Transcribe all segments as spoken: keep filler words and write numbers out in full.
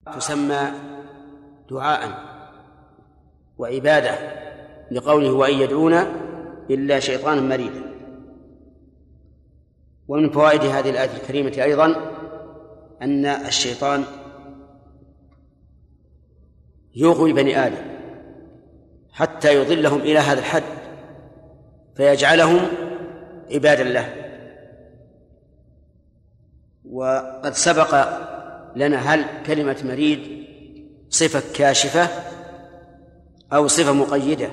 تسمى دعاء وعبادة لقوله وإن يدعون إلا شيطانا مريدا. ومن فوائد هذه الآية الكريمة أيضا أن الشيطان يغوي بني آدم حتى يضلهم إلى هذا الحد فيجعلهم عبادا له. وقد سبق لنا هل كلمة مريد صفة كاشفة أو صفة مقيدة؟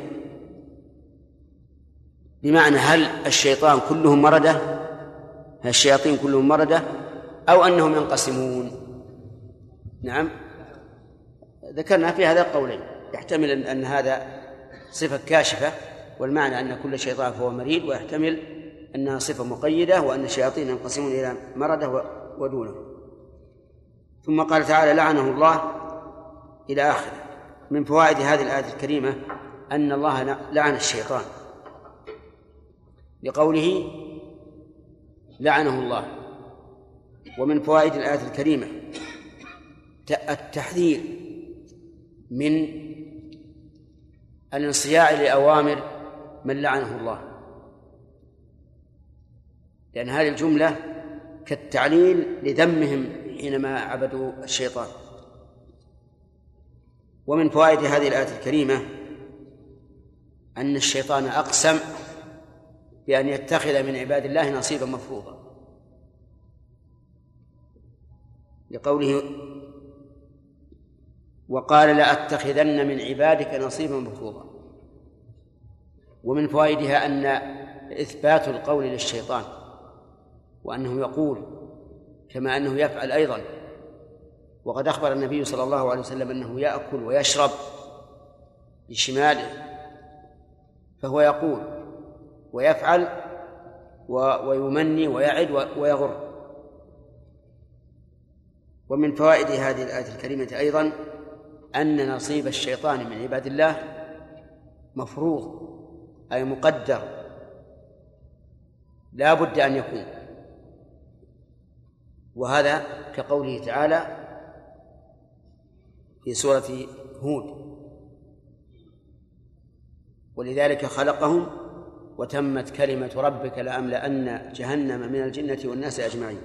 بمعنى هل الشيطان كلهم مردة، هل الشياطين كلهم مردة، أو أنهم ينقسمون؟ نعم، ذكرنا في هذا قولين، يحتمل أن هذا صفة كاشفة والمعنى أن كل شيطان فهو مريد، ويحتمل أنها صفة مقيدة وأن الشياطين ينقسمون إلى مردة ودونه. ثم قال تعالى لعنه الله إلى آخره. من فوائد هذه الآية الكريمة أن الله لعن الشيطان لقوله لعنه الله. ومن فوائد الآية الكريمة التحذير من الانصياع لأوامر من لعنه الله، لأن هذه الجملة كالتعليل لذمهم حينما عبدوا الشيطان. ومن فوائد هذه الآية الكريمة أن الشيطان أقسم بأن يتخذ من عباد الله نصيبا مفروضا لقوله وقال لأتخذن من عبادك نصيبا مفروضا. ومن فوائدها أن إثبات القول للشيطان وأنه يقول كما أنه يفعل أيضا. وقد أخبر النبي صلى الله عليه وسلم أنه يأكل ويشرب بشماله، فهو يقول ويفعل ويمني ويعد ويغر. ومن فوائد هذه الآية الكريمة أيضا أن نصيب الشيطان من عباد الله مفروض أي مقدر لا بد أن يكون، وهذا كقوله تعالى في سورة هود ولذلك خلقهم وتمت كلمة ربك لأملأن جهنم من الجنة والناس أجمعين.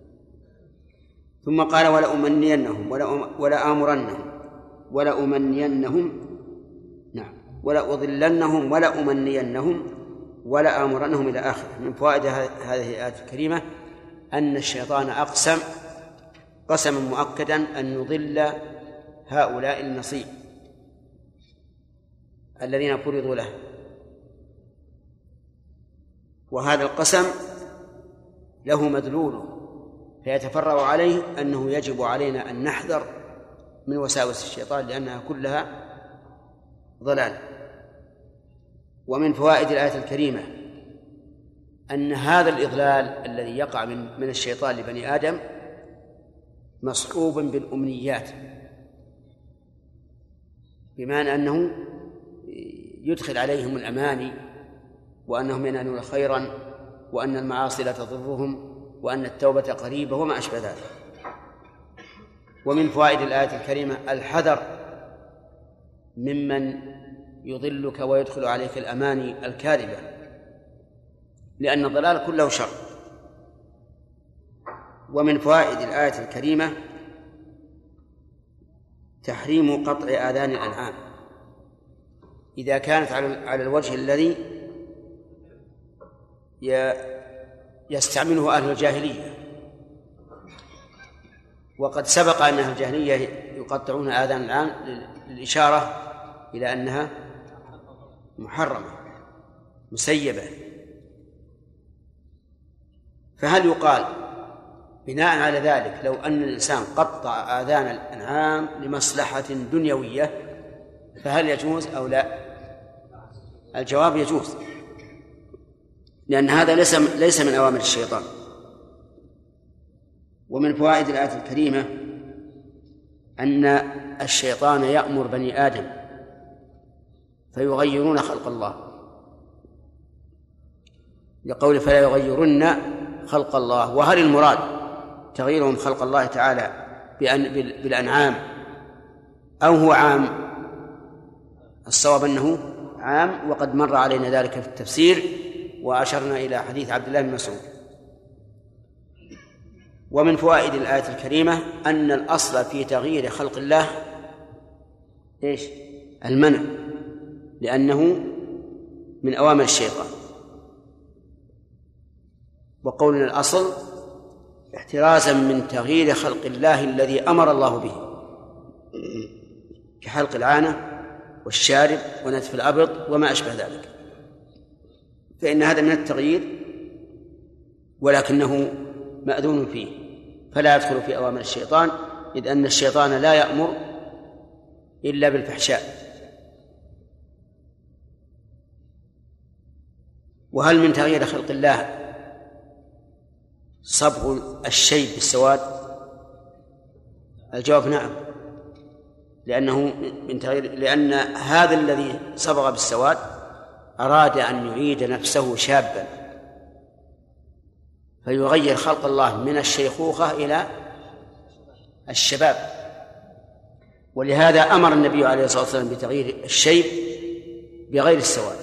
ثم قال ولأمنينهم ولآمرنهم ولأمنينهم نعم ولأضلنهم ولأمنينهم ولآمرنهم إلى آخره. من فوائد هذه الآية الكريمة أن الشيطان أقسم قسما مؤكدا أن يضل هؤلاء النصيب الذين فرضوا له، وهذا القسم له مدلوله فيتفرع عليه أنه يجب علينا أن نحذر من وساوس الشيطان لأنها كلها ضلال. ومن فوائد الآية الكريمة أن هذا الإضلال الذي يقع من من الشيطان لبني آدم مصحوب بالأمنيات، بمعنى أنه يدخل عليهم الأماني وأنهم ينالون خيرا وأن المعاصي لا تضرهم وأن التوبة قريبة وما أشبه ذلك. ومن فوائد الآية الكريمة الحذر ممن يضلك ويدخل عليك الأماني الكاذبة، لأن الضلال كله شر. ومن فوائد الآية الكريمة تحريم قطع آذان الأنعام إذا كانت على الوجه الذي يستعمله أهل الجاهلية. وقد سبق أن أهل الجاهلية يقطعون آذان الآن للإشارة إلى أنها محرمة مسيبة. فهل يقال بناء على ذلك لو أن الإنسان قطع آذان الأنعام لمصلحة دنيوية فهل يجوز أو لا؟ الجواب يجوز، لأن هذا ليس ليس من أوامر الشيطان. ومن فوائد الآية الكريمة أن الشيطان يأمر بني آدم فيغيرون خلق الله لقول فلا يغيرن خلق الله. وهل المراد تغييرهم خلق الله تعالى بالأنعام أو هو عام؟ الصواب أنه عام، وقد مر علينا ذلك في التفسير وأشرنا إلى حديث عبد الله بن مسعود. ومن فوائد الآية الكريمة أن الأصل في تغيير خلق الله إيش؟ المنع، لأنه من أوامر الشيطان. وقولنا الأصل احترازا من تغيير خلق الله الذي أمر الله به، كحلق العانة والشارب ونتف الأبط وما أشبه ذلك، فإن هذا من التغيير ولكنه مأذون فيه، فلا يدخل في أوامر الشيطان، إذ أن الشيطان لا يأمر إلا بالفحشاء. وهل من تغيير خلق الله صبغ الشيب بالسواد؟ الجواب نعم، لأنه من تغيير، لأن هذا الذي صبغ بالسواد أراد أن يعيد نفسه شابا، فيغير خلق الله من الشيخوخة إلى الشباب. ولهذا أمر النبي عليه الصلاة والسلام بتغيير الشيب بغير السواد.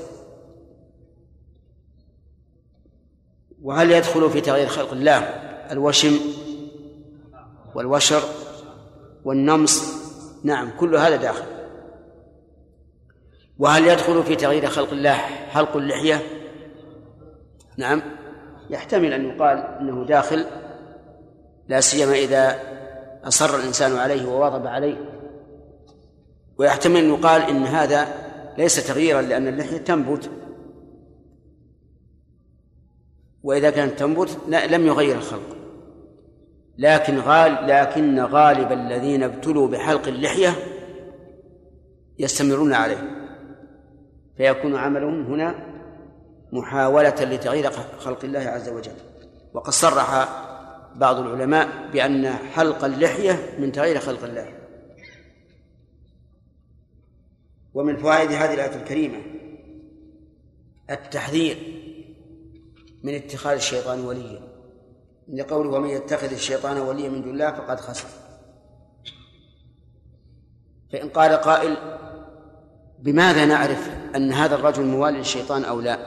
وهل يدخل في تغيير خلق الله الوشم والوشر والنمص؟ نعم، كل هذا داخل. وهل يدخل في تغيير خلق الله حلق اللحية؟ نعم، يحتمل أن يقال إنه داخل، لا سيما إذا أصر الإنسان عليه وواظب عليه. ويحتمل أن يقال إن هذا ليس تغييرا، لأن اللحية تنبت، وإذا كانت تنبت لم يغير الخلق. لكن غال لكن غالب الذين ابتلوا بحلق اللحية يستمرون عليه، فيكون عملهم هنا محاولة لتغيير خلق الله عز وجل. وقد صرح بعض العلماء بأن حلق اللحية من تغيير خلق الله. ومن فوائد هذه الآية الكريمة التحذير من اتخاذ الشيطان وليا، لقوله ومن يتخذ الشيطان وليا من دون الله فقد خسر. فإن قال قائل بماذا نعرف أن هذا الرجل موال للشيطان أو لا؟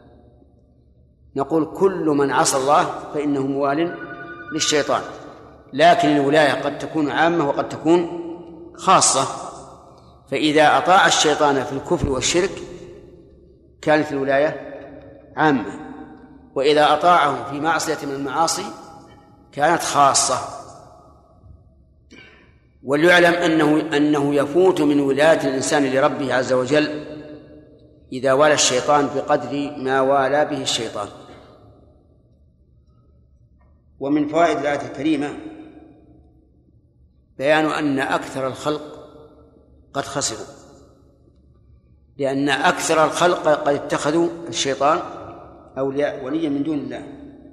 نقول كل من عصى الله فإنه موال للشيطان، لكن الولاية قد تكون عامة وقد تكون خاصة. فإذا أطاع الشيطان في الكفر والشرك كانت الولاية عامة، وإذا أطاعه في معصية من المعاصي كانت خاصة. وليعلم أنه, أنه يفوت من ولاية الإنسان لربه عز وجل إذا والى الشيطان بقدر ما والى به الشيطان. ومن فوائد الآية الكريمة بيان أن أكثر الخلق قد خسروا، لأن أكثر الخلق قد اتخذوا الشيطان أولياء وليا من دون الله.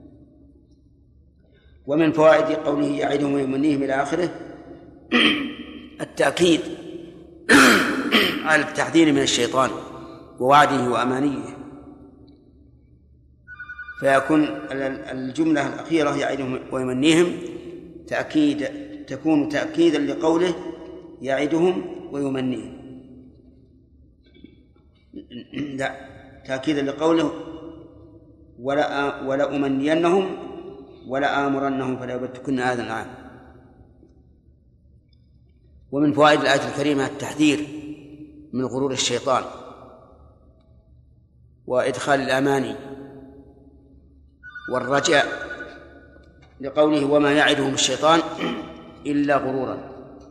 ومن فوائد قوله يعدهم ويمنيهم إلى آخره التأكيد على التحذير من الشيطان ووعده وأمانيه، فيكون الجملة الأخيرة يعدهم ويمنيهم تأكيد تكون تأكيدا لقوله يعدهم ويمنيهم، لا تأكيدا لقوله ولا ولا أمنينهم ولا آمرنهم فلا يبتكن هذا العام. ومن فوائد الآية الكريمة التحذير من غرور الشيطان وإدخال الأماني والرجاء، لقوله وما يعدهم الشيطان إلا غرورا.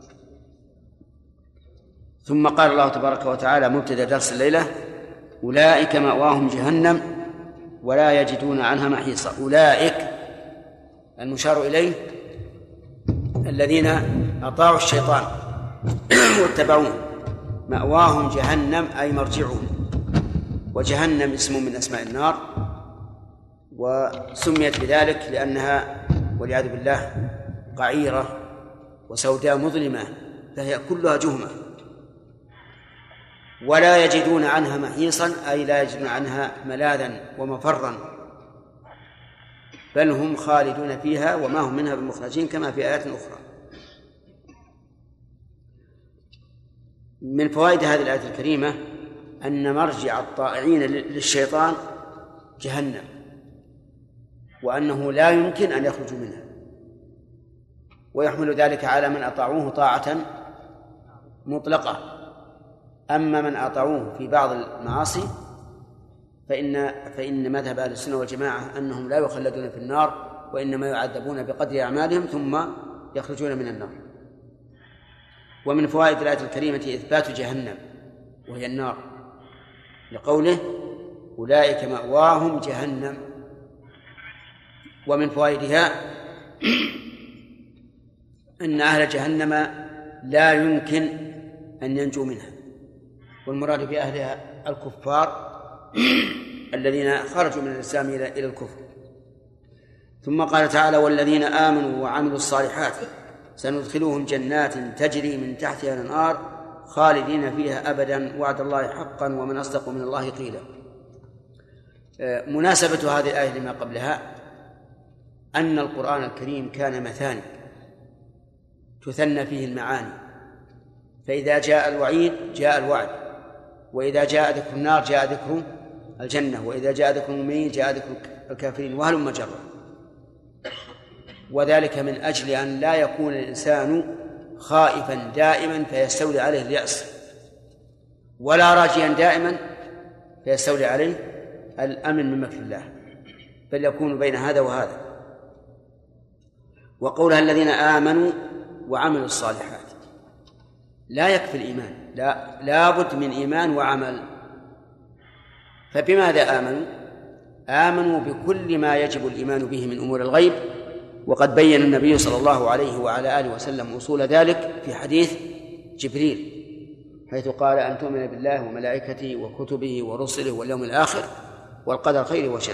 ثم قال الله تبارك وتعالى مبتدأ درس الليلة أولئك مأواهم جهنم ولا يجدون عنها محيصا. أولئك المشار إليه الذين أطاعوا الشيطان واتبعوه، مأواهم جهنم أي مرجعون، وجهنم اسم من أسماء النار، وسميت بذلك لأنها والعياذ بالله قعيرة وسوداء مظلمة، فهي كلها جهمة. ولا يجدون عنها محيصا أي لا يجدون عنها ملاذا ومفرا، بل هم خالدون فيها وما هم منها بمخرجين، كما في آيات أخرى. من فوائد هذه الآية الكريمة أن مرجع الطائعين للشيطان جهنم، وأنه لا يمكن أن يخرجوا منها، ويحمل ذلك على من أطاعوه طاعة مطلقة. أما من أطاعوه في بعض المعاصي فإن فإن مذهب أهل السنة والجماعة أنهم لا يخلدون في النار، وإنما يعذبون بقدر أعمالهم ثم يخرجون من النار. ومن فوائد الآية الكريمة إثبات جهنم وهي النار، لقوله أولئك مأواهم جهنم. ومن فوائدها أن أهل جهنم لا يمكن أن ينجوا منها، والمراد بأهلها الكفار الذين خرجوا من الإسلام إلى الكفر. ثم قال تعالى والذين آمنوا وعملوا الصالحات سندخلهم جنات تجري من تحتها الأنهار خالدين فيها أبدا وعد الله حقا ومن أصدق من الله قيلا. مناسبة هذه الآية لما قبلها أن القرآن الكريم كان مثاني تثنى فيه المعاني، فإذا جاء الوعيد جاء الوعد، وإذا جاء ذكر النار جاء ذكر الجنة، وإذا جاء ذكر المؤمنين جاء ذكر الكافرين، وهلم جرا. وذلك من أجل أن لا يكون الإنسان خائفا دائما فيستولي عليه اليأس، ولا راجيا دائما فيستولي عليه الأمن من مكر الله، بل يكون بين هذا وهذا. وقولها الذين آمنوا وعملوا الصالحات، لا يكفي الإيمان، لا لا بد من إيمان وعمل. فبماذا آمنوا؟ آمنوا بكل ما يجب الإيمان به من أمور الغيب، وقد بين النبي صلى الله عليه وعلى آله وسلم أصول ذلك في حديث جبريل، حيث قال أن تؤمن بالله وملائكته وكتبه ورسله واليوم الآخر والقدر خيره وشره.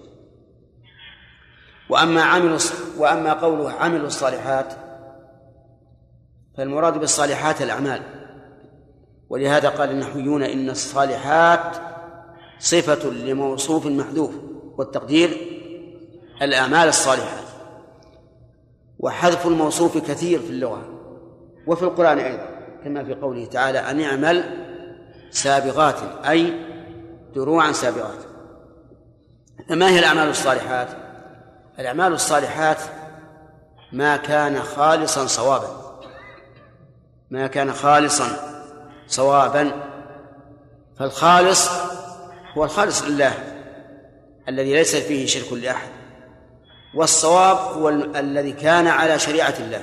وأما عملوا وأما قوله عملوا الصالحات فالمراد بالصالحات الأعمال، ولهذا قال النحويون إن الصالحات صفة لموصوف محذوف، والتقدير الأعمال الصالحات. وحذف الموصوف كثير في اللغة وفي القرآن أيضا، كما في قوله تعالى أن اعمل سابغات أي دروعا سابغات. فما هي الأعمال الصالحات؟ الأعمال الصالحات ما كان خالصا صوابا، ما كان خالصا صوابا. فالخالص هو الخالص لله الذي ليس فيه شرك لأحد، والصواب هو الذي كان على شريعة الله.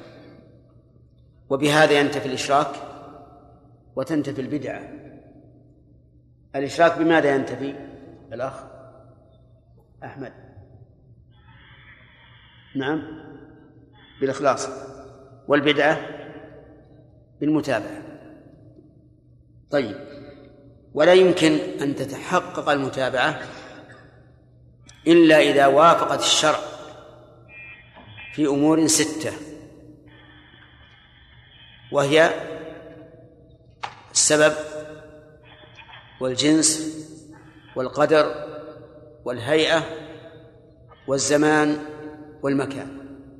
وبهذا ينتفي الإشراك وتنتفي البدعة. الإشراك بماذا ينتفي الأخ أحمد؟ نعم بالإخلاص، والبدعة بالمتابعة. طيب، ولا يمكن أن تتحقق المتابعة إلا إذا وافقت الشرع في أمور ستة، وهي السبب والجنس والقدر والهيئة والزمان والمكان.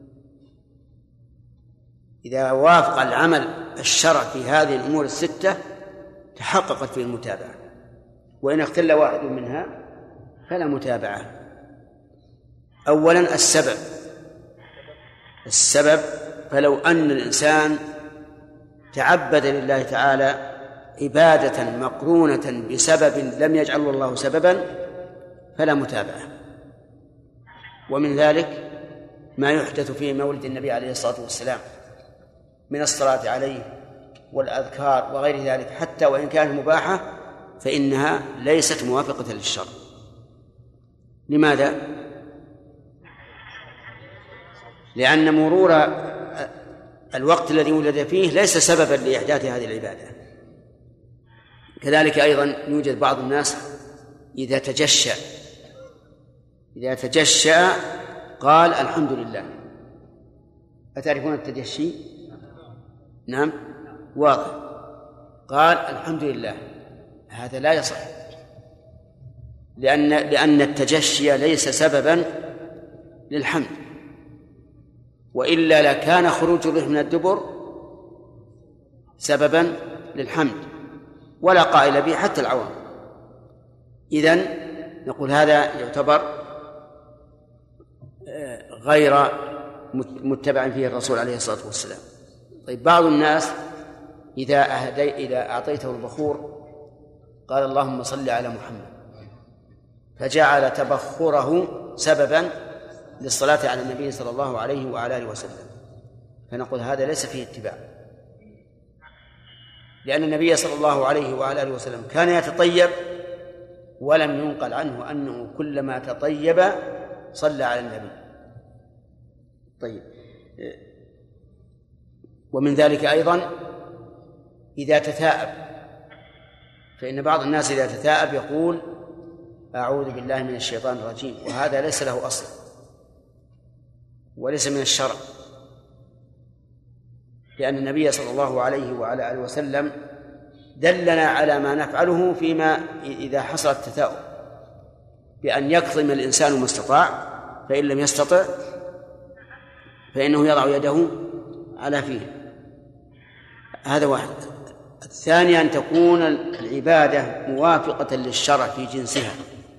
إذا وافق العمل الشرع في هذه الأمور الستة تحققت فيه المتابعة، وإن اختل واحد منها فلا متابعة. أولا السبب السبب فلو أن الإنسان تعبد لله تعالى عبادة مقرونة بسبب لم يجعله الله سببا فلا متابعة. ومن ذلك ما يحدث في مولد النبي عليه الصلاة والسلام من الصلاة عليه والأذكار وغير ذلك، حتى وإن كانت مباحة فإنها ليست موافقة للشرع. لماذا؟ لأن مرور الوقت الذي ولد فيه ليس سببا لإحداث هذه العبادة. كذلك أيضا يوجد بعض الناس إذا تجشأ إذا تجشأ قال الحمد لله. أتعرفون التجشي؟ نعم واضح. قال الحمد لله، هذا لا يصح، لأن لأن التجشي ليس سببا للحمد، وإلا لكان خروج الريح من الدبر سببا للحمد ولا قائل به حتى العوام. إذن نقول هذا يعتبر غير متبع فيه الرسول عليه الصلاة والسلام. طيب بعض الناس إذا أهدي إذا أعطيته البخور قال اللهم صل على محمد، فجعل تبخره سببا للصلاة على النبي صلى الله عليه وعلى آله وسلم، فنقول هذا ليس فيه اتباع، لأن النبي صلى الله عليه وعلى آله وسلم كان يتطيب ولم ينقل عنه أنه كلما تطيب صلى على النبي. طيب، ومن ذلك أيضا إذا تثاءب، فإن بعض الناس إذا تثاءب يقول أعوذ بالله من الشيطان الرجيم، وهذا ليس له أصل وليس من الشرع، لأن النبي صلى الله عليه وعلى آله وسلم دلنا على ما نفعله فيما إذا حصل التثاؤب، بأن يكظم الإنسان ما استطاع، فإن لم يستطع فإنه يضع يده على فيه. هذا واحد. الثاني أن تكون العبادة موافقة للشرع في جنسها،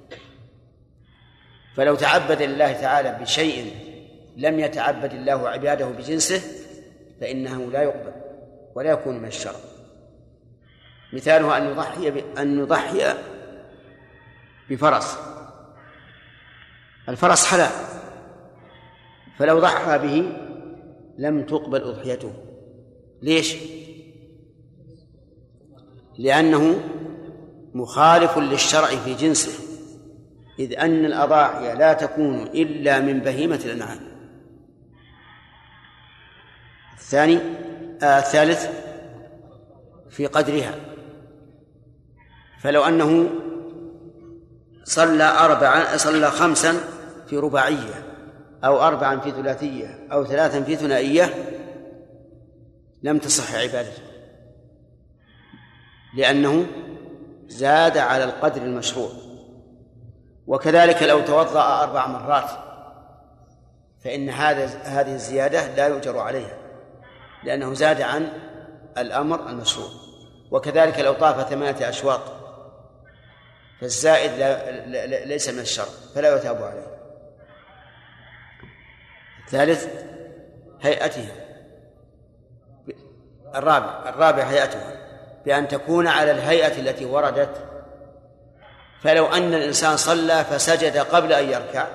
فلو تعبد لله تعالى بشيء لم يتعبد الله عباده بجنسه فإنه لا يقبل ولا يكون من الشرع. مثاله أن يضحي أن يضحي بفرس، الفرس حلال، فلو ضحى به لم تقبل أضحيته. ليش؟ لأنه مخالف للشرع في جنسه، إذ أن الأضاحي لا تكون إلا من بهيمة الأنعام. الثاني آه الثالث في قدرها، فلو أنه صلى أربعا صلى خمسا في رباعية أو أربعا في ثلاثية أو ثلاثا في ثنائية لم تصح عبادته، لأنه زاد على القدر المشروع. وكذلك لو توضأ أربع مرات فإن هذا هذه الزيادة لا يؤجر عليها، لأنه زاد عن الأمر المشروع. وكذلك لو طاف ثمانية أشواط فالزائد لا ليس من الشرع فلا يثاب عليه. الثالث هيئتها. الرابع الرابع هيئتها، بأن تكون على الهيئة التي وردت. فلو أن الإنسان صلى فسجد قبل أن يركع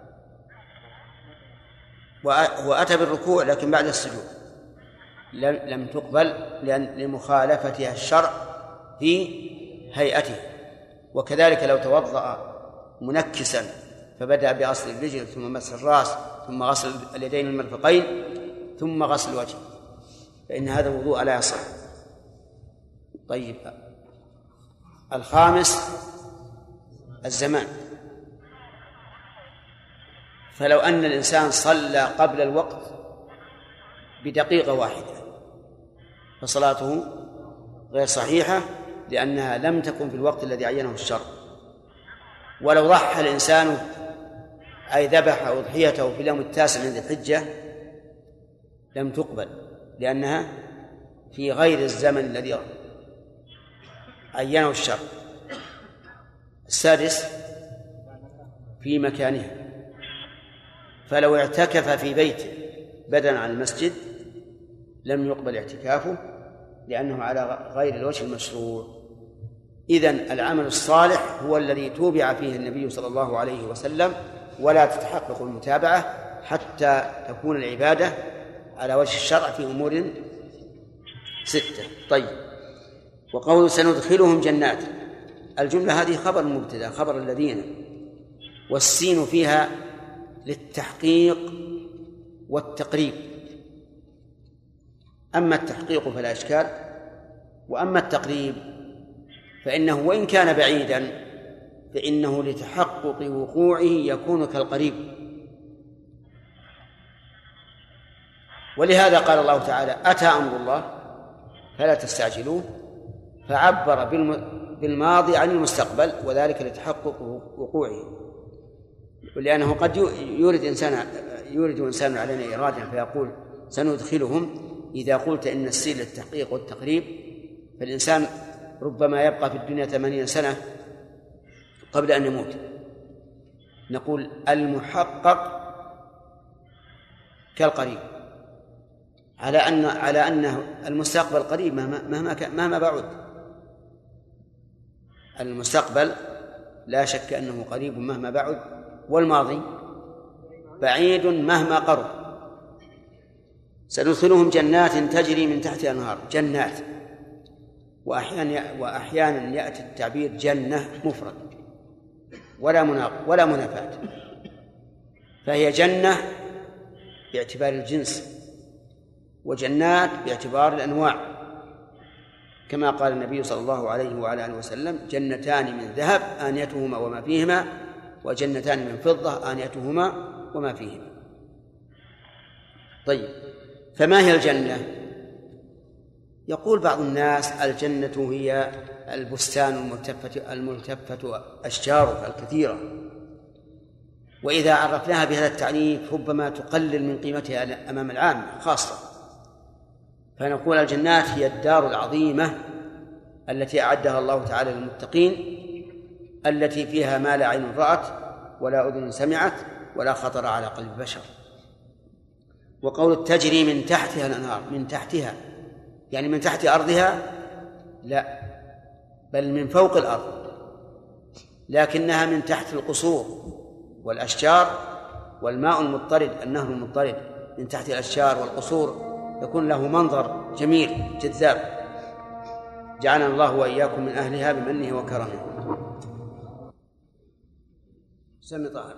وأتى بالركوع لكن بعد السجود لم تقبل، لأن لمخالفتها الشرع في هيئته. وكذلك لو توضأ منكسا فبدأ بغسل الرجل ثم مسح الرأس ثم غسل اليدين المرفقين ثم غسل الوجه فإن هذا الوضوء لا يصح. طيب، الخامس الزمان. فلو أن الإنسان صلى قبل الوقت بدقيقة واحدة فصلاته غير صحيحة، لأنها لم تكن في الوقت الذي عينه الشرع. ولو ضحى الإنسان أي ذبح أضحيته في اليوم التاسع من ذي الحجة لم تقبل، لأنها في غير الزمن الذي عينه الشرع. السادس في مكانها، فلو اعتكف في بيته بدلا عن المسجد لم يقبل اعتكافه، لأنه على غير الوجه المشروع. إذن العمل الصالح هو الذي توبع فيه النبي صلى الله عليه وسلم، ولا تتحقق المتابعة حتى تكون العبادة على وجه الشرع في أمور ستة. طيب، وقوله سندخلهم جنات، الجملة هذه خبر مبتدأ، خبر الذين، والسين فيها للتحقيق والتقريب. أما التحقيق فلا إشكال، وأما التقريب فإنه وإن كان بعيدا فإنه لتحقق وقوعه يكون كالقريب. ولهذا قال الله تعالى أتى أمر الله فلا تستعجلوه، فعبر بالماضي عن المستقبل، وذلك لتحقق وقوعه، لأنه قد يورد إنسان يورد إنسان علينا إرادا فيقول سندخلهم، إذا قلت إن السين للتحقيق والتقريب فالإنسان ربما يبقى في الدنيا ثمانين سنة قبل أن يموت. نقول المحقق كالقريب، على أن على أن المستقبل قريب مهما مهما مهما بعد. المستقبل لا شك أنه قريب مهما بعد، والماضي بعيد مهما قرب. سندخلهم جنات تجري من تحتها الأنهار، جنات، وأحيانا وأحيانا يأتي التعبير جنة مفرد ولا مناق ولا منافاة، فهي جنة باعتبار الجنس وجنات باعتبار الأنواع، كما قال النبي صلى الله عليه وعلى آله وسلم: جنتان من ذهب آنيتهما وما فيهما، وجنتان من فضة آنيتهما وما فيهما. طيب، فما هي الجنة؟ يقول بعض الناس: الجنة هي البستان الملتفة الملتفة أشجاره الكثيرة، وإذا عرفناها بهذا التعريف ربما تقلل من قيمتها أمام العامة خاصة، فنقول الجنات هي الدار العظيمة التي أعدها الله تعالى للمتقين، التي فيها ما لا عين رأت ولا أذن سمعت ولا خطر على قلب بشر. وقول تجري من تحتها الأنهار، من تحتها يعني من تحت أرضها؟ لا، بل من فوق الأرض، لكنها من تحت القصور والأشجار والماء المضطرد، النهر المضطرد من تحت الأشجار والقصور يكون له منظر جميل جذاب. جعلنا الله وإياكم من أهلها بمنه وكرمه. سمي طاهر.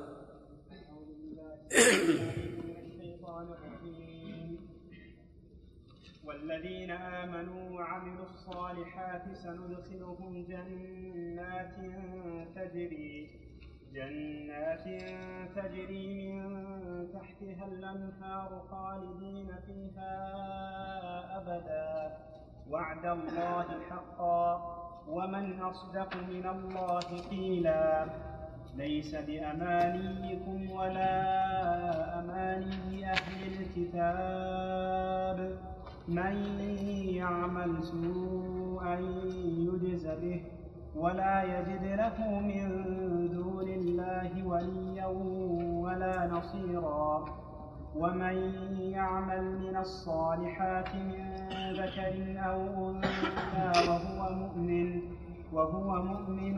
والذين آمنوا وعملوا الصالحات سندخلهم جنات تجري جنات تجري من تحتها الأنهار خالدين فيها أبدا وعد الله حقا ومن أصدق من الله قيلا ليس بأمانيكم ولا أماني أهل الكتاب من يعمل سوءا يجز به ولا يجد له من دون الله وليا ولا نصيرا ومن يعمل من الصالحات من ذكر أو أنثى وهو مؤمن وهو مؤمن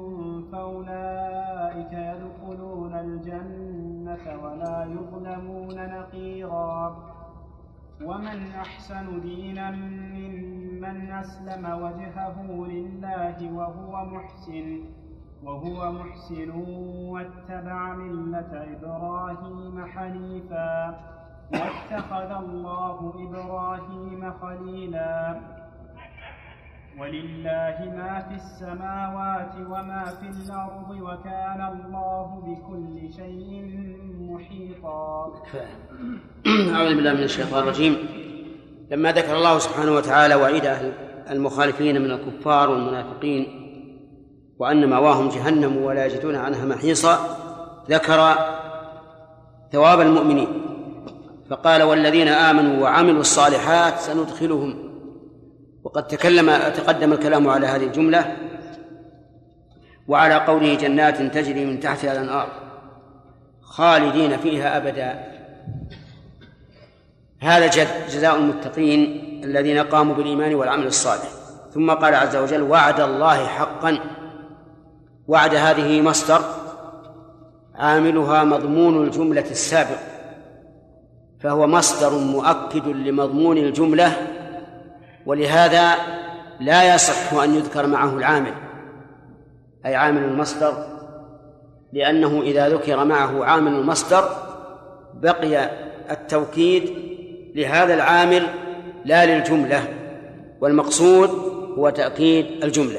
فأولئك يدخلون الجنة ولا يظلمون نقيرا ومن أحسن دينا ممن أسلم وجهه لله وهو محسن وهو محسن واتبع ملة إبراهيم حنيفا واتخذ الله إبراهيم خليلا ولله ما في السماوات وما في الأرض وكان الله بكل شيء محيطا. أعوذ بالله من الشيطان الرجيم. لما ذكر الله سبحانه وتعالى وعيد أهل المخالفين من الكفار والمنافقين وأن مأواهم جهنم ولا يجدون عنها محيصا، ذكر ثواب المؤمنين فقال: والذين آمنوا وعملوا الصالحات سندخلهم. وقد تكلم تقدم الكلام على هذه الجملة وعلى قوله جنات تجري من تحتها الأنهار خالدين فيها أبدا. هذا جزاء المتقين الذين قاموا بالإيمان والعمل الصالح. ثم قال عز وجل: وعد الله حقا. وعد هذه مصدر عاملها مضمون الجملة السابق، فهو مصدر مؤكد لمضمون الجملة، ولهذا لا يصح أن يذكر معه العامل أي عامل المصدر، لأنه إذا ذكر معه عامل المصدر بقي التوكيد لهذا العامل لا للجملة، والمقصود هو تأكيد الجملة،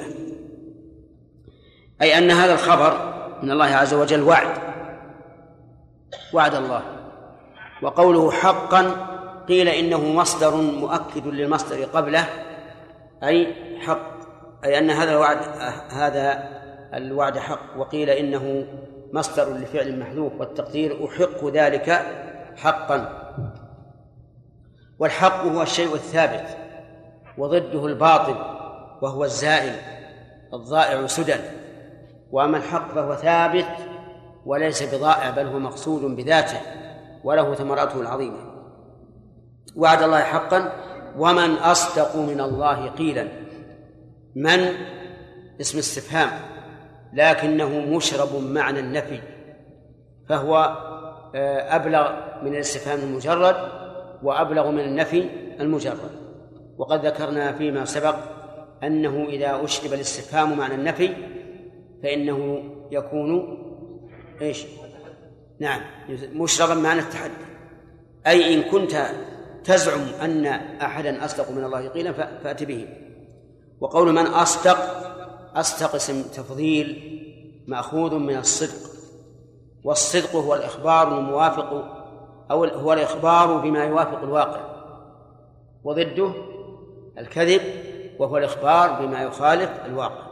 أي أن هذا الخبر من الله عز وجل وعد وعد الله. وقوله حقا قيل إنه مصدر مؤكد للمصدر قبله أي حق، أي أن هذا الوعد هذا الوعد حق. وقيل إنه مصدر لفعل محذوف والتقدير أحق ذلك حقا. والحق هو الشيء الثابت وضده الباطل وهو الزائل الضائع سدى، وأما الحق فهو ثابت وليس بضائع بل هو مقصود بذاته وله ثمراته العظيمة. وعد الله حقا ومن أصدق من الله قيلا. من اسم استفهام لكنه مشرب معنى النفي، فهو أبلغ من الاستفهام المجرد وأبلغ من النفي المجرد. وقد ذكرنا فيما سبق أنه إذا أشرب الاستفهام معنى النفي فإنه يكون إيش؟ نعم مشربا معنى التحدي، أي إن كنت تزعم أن أحدا أصدق من الله قيلا فأت به. وقول من أصدق، أصدق اسم تفضيل مأخوذ من الصدق، والصدق هو الإخبار الموافق أو هو الإخبار بما يوافق الواقع، وضده الكذب وهو الإخبار بما يخالف الواقع.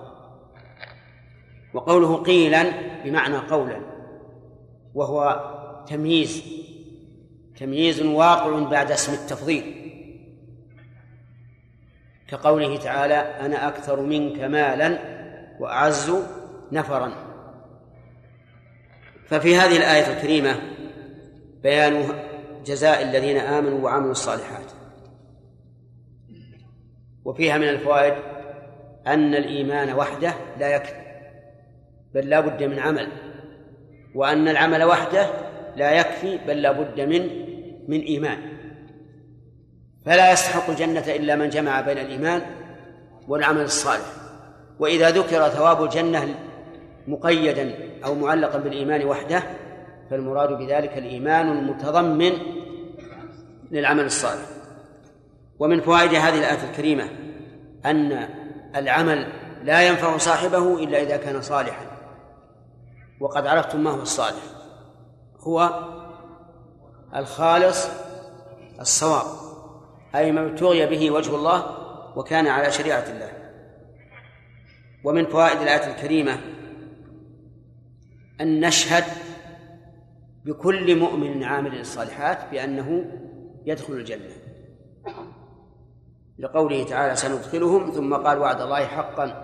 وقوله قيلا بمعنى قولا، وهو تمييز تمييز واقع بعد اسم التفضيل، كقوله تعالى أنا أكثر منك مالا وأعز نفرا. ففي هذه الآية الكريمة بيان جزاء الذين آمنوا وعملوا الصالحات، وفيها من الفوائد أن الإيمان وحده لا يكفي بل لا بد من عمل، وأن العمل وحده لا يكفي بل لا بد من من إيمان، فلا يستحق الجنة إلا من جمع بين الإيمان والعمل الصالح. وإذا ذكر ثواب الجنة مقيدا أو معلقا بالإيمان وحده فالمراد بذلك الإيمان المتضمن للعمل الصالح. ومن فوائد هذه الآية الكريمة أن العمل لا ينفع صاحبه إلا إذا كان صالحا. وقد عرفتم ما هو الصالح، هو الخالص الصواب، أي ما ابتغي به وجه الله وكان على شريعة الله. ومن فوائد الآية الكريمة أن نشهد بكل مؤمن عامل الصالحات بأنه يدخل الجنة، لقوله تعالى سندخلهم، ثم قال وعد الله حقا،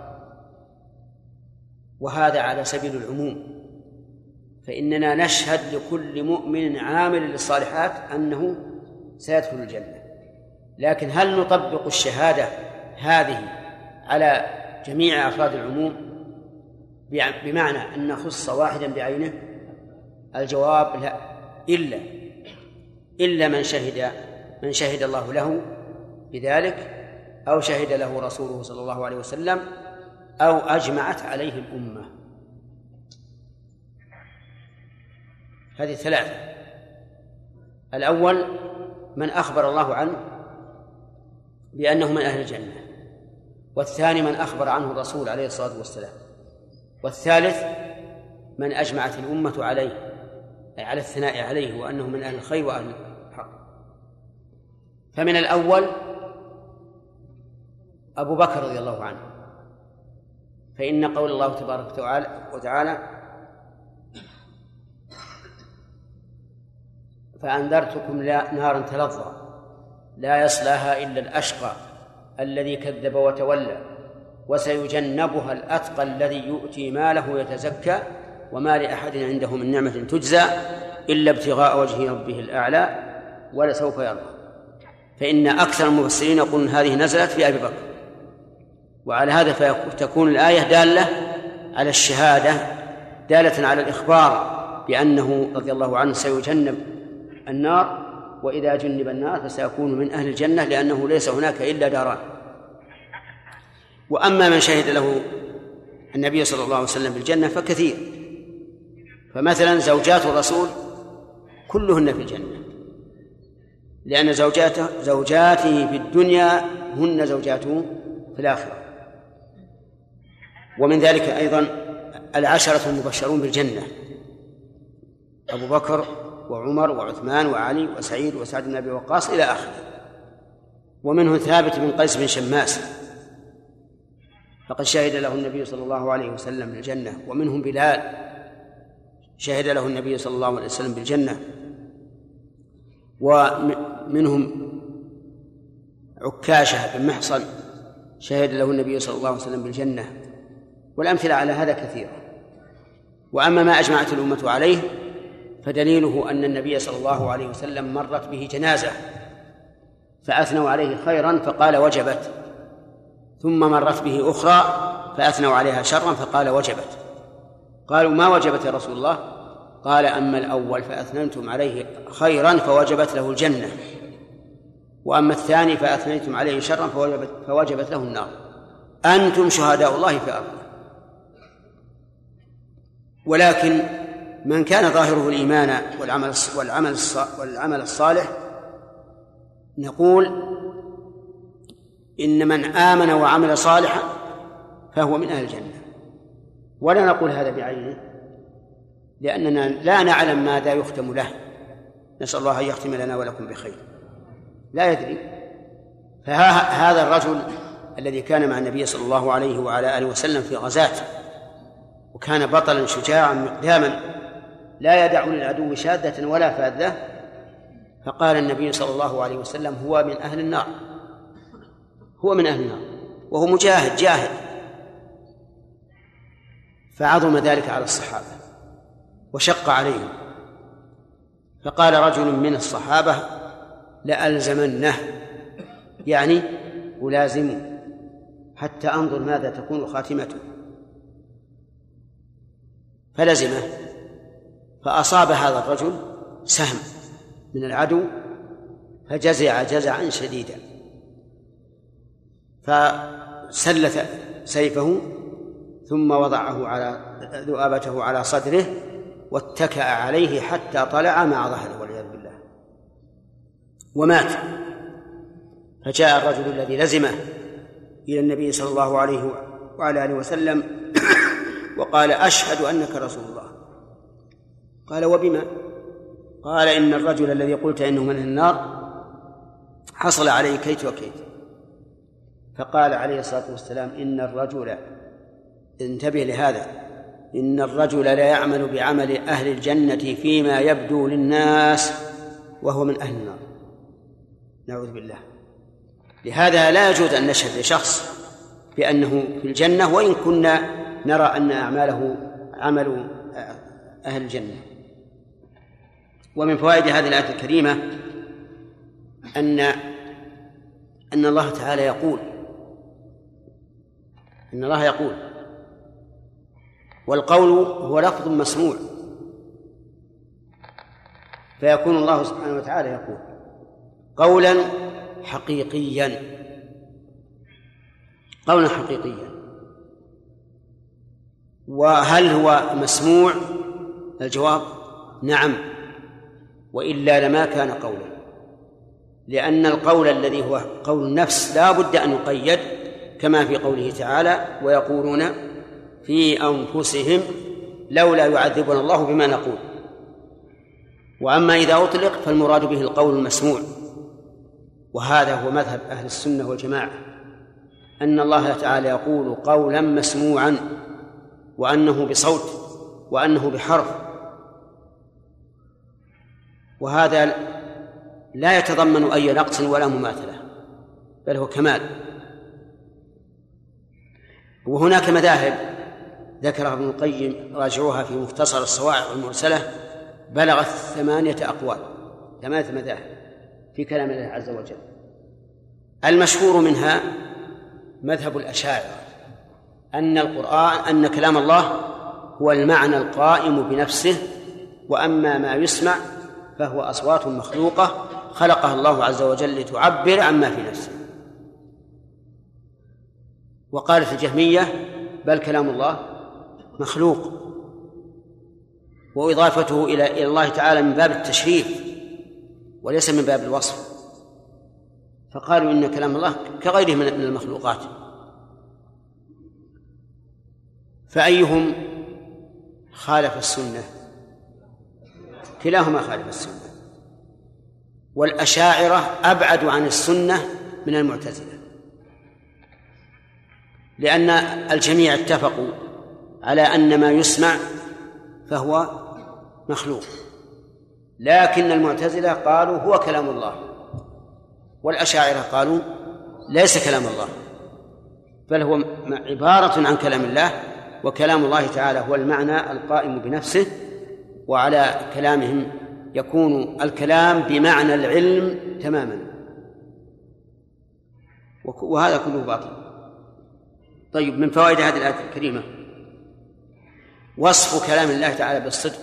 وهذا على سبيل العموم، فإننا نشهد لكل مؤمن عامل للصالحات أنه سيدخل الجنة. لكن هل نطبق الشهادة هذه على جميع أفراد العموم بمعنى أن نخص واحدا بعينه؟ الجواب لا، إلا إلا من شهد من شهد الله له بذلك أو شهد له رسوله صلى الله عليه وسلم أو أجمعت عليه الأمة. هذه ثلاثة: الأول من أخبر الله عنه بأنه من أهل الجنة، والثاني من أخبر عنه الرسول عليه الصلاة والسلام، والثالث من أجمعت الأمة عليه، أي على الثناء عليه وأنه من أهل الخير وأهل الحق. فمن الأول أبو بكر رضي الله عنه، فإن قول الله تبارك وتعالى فأنذرتكم نارا تلظى لا يصلاها إلا الأشقى الذي كذب وتولى وسيجنبها الأتقى الذي يؤتي ماله يتزكى وما لأحد عنده من نعمة تجزى إلا ابتغاء وجه ربه الأعلى ولسوف يرضى. فإن أكثر المفسرين يقولون هذه نزلت في أبي بكر، وعلى هذا فتكون الآية دالة على الشهادة، دالة على الإخبار بأنه رضي الله عنه سيجنب النار، وإذا جنب النار فسيكون من أهل الجنة، لأنه ليس هناك إلا داران. وأما من شهد له النبي صلى الله عليه وسلم بالجنة فكثير، فمثلا زوجات الرسول كلهن في الجنة، لأن زوجاته زوجاته في الدنيا هن زوجاته في الآخرة. ومن ذلك أيضا العشرة المبشرون بالجنة: أبو بكر وعمر وعثمان وعلي وسعيد وسعد بن أبي وقاص إلى آخره. ومنه ثابت بن قيس بن شماس فقد شهد له النبي صلى الله عليه وسلم بالجنة. ومنهم بلال شهد له النبي صلى الله عليه وسلم بالجنة. ومنهم عكاشة بن محصن شهد له النبي صلى الله عليه وسلم بالجنة، والأمثلة على هذا كثيرة. وأما ما أجمعت الأمة عليه فدليله أن النبي صلى الله عليه وسلم مرت به جنازة فأثنوا عليه خيرا فقال وجبت، ثم مرت به أخرى فأثنوا عليها شرا فقال وجبت. قالوا ما وجبت يا رسول الله؟ قال أما الأول فأثنيتم عليه خيرا فوجبت له الجنة، وأما الثاني فأثنيتم عليه شرا فوجبت, فوجبت له النار. أنتم شهداء الله في أرضه. ولكن من كان ظاهره الإيمان والعمل والعمل والعمل الصالح نقول إن من آمن وعمل صالحا فهو من أهل الجنة، ولا نقول هذا بعينه لأننا لا نعلم ماذا يختم له، نسأل الله أن يختم لنا ولكم بخير، لا يدري. فهذا الرجل الذي كان مع النبي صلى الله عليه وعلى آله وسلم في غزاة، وكان بطلا شجاعا مقداما لا يدع للعدو شاذة ولا فاذة، فقال النبي صلى الله عليه وسلم هو من أهل النار، هو من أهل النار، وهو مجاهد جاهد. فعظم ذلك على الصحابة وشق عليهم، فقال رجل من الصحابة لألزمنه، يعني ألازمه حتى أنظر ماذا تكون خاتمته، فلزمه. فأصاب هذا الرجل سهم من العدو فجزع جزعا شديدا، فسلت سيفه ثم وضعه على ذؤابته على صدره واتكأ عليه حتى طلع مع ظهره والعياذ بالله ومات. فجاء الرجل الذي لزمه إلى النبي صلى الله عليه وعلى آله وسلم وقال أشهد أنك رسول الله. قال وبما؟ قال إن الرجل الذي قلت إنه من النار حصل عليه كيت وكيت. فقال عليه الصلاة والسلام إن الرجل، انتبه لهذا، إن الرجل لا يعمل بعمل أهل الجنة فيما يبدو للناس وهو من أهل النار، نعوذ بالله. لهذا لا يجوز أن نشهد لشخص بأنه في الجنة وإن كنا نرى أن أعماله عمل أهل الجنة. ومن فوائد هذه الآية الكريمة أن أن الله تعالى يقول إن الله يقول والقول هو لفظ مسموع، فيكون الله سبحانه وتعالى يقول قولا حقيقيا، قولا حقيقيا. وهل هو مسموع؟ الجواب نعم، وإلا لما كان قولا، لأن القول الذي هو قول النفس لا بد أن يقيد، كما في قوله تعالى ويقولون في أنفسهم لولا يعذبنا الله بما نقول. وأما إذا أطلق فالمراد به القول المسموع، وهذا هو مذهب أهل السنة والجماعة، أن الله تعالى يقول قولا مسموعا، وأنه بصوت وأنه بحرف، وهذا لا يتضمن أي نقص ولا مماثلة، بل هو كمال. وهناك مذاهب ذكرها ابن القيم راجعوها في مختصر الصواعق المرسلة بلغت ثمانية أقوال، ثمانية مذاهب في كلام الله عز وجل. المشهور منها مذهب الأشاعرة، أن القرآن أن كلام الله هو المعنى القائم بنفسه، وأما ما يسمع فهو أصوات مخلوقة خلقها الله عز وجل لتعبر عما في نفسه. وقالت الجهمية بل كلام الله مخلوق، وإضافته إلى الله تعالى من باب التشريف وليس من باب الوصف، فقالوا إن كلام الله كغيره من المخلوقات. فأيهم خالف السنة؟ كلاهما خالف السنة، والأشاعرة أبعد عن السنة من المعتزلة، لأن الجميع اتفقوا على أن ما يسمع فهو مخلوق، لكن المعتزلة قالوا هو كلام الله، والأشاعرة قالوا ليس كلام الله. بل هو عبارة عن كلام الله، وكلام الله تعالى هو المعنى القائم بنفسه، وعلى كلامهم يكون الكلام بمعنى العلم تماما، وهذا كله باطل. طيب، من فوائد هذه الآية الكريمة وصف كلام الله تعالى بالصدق،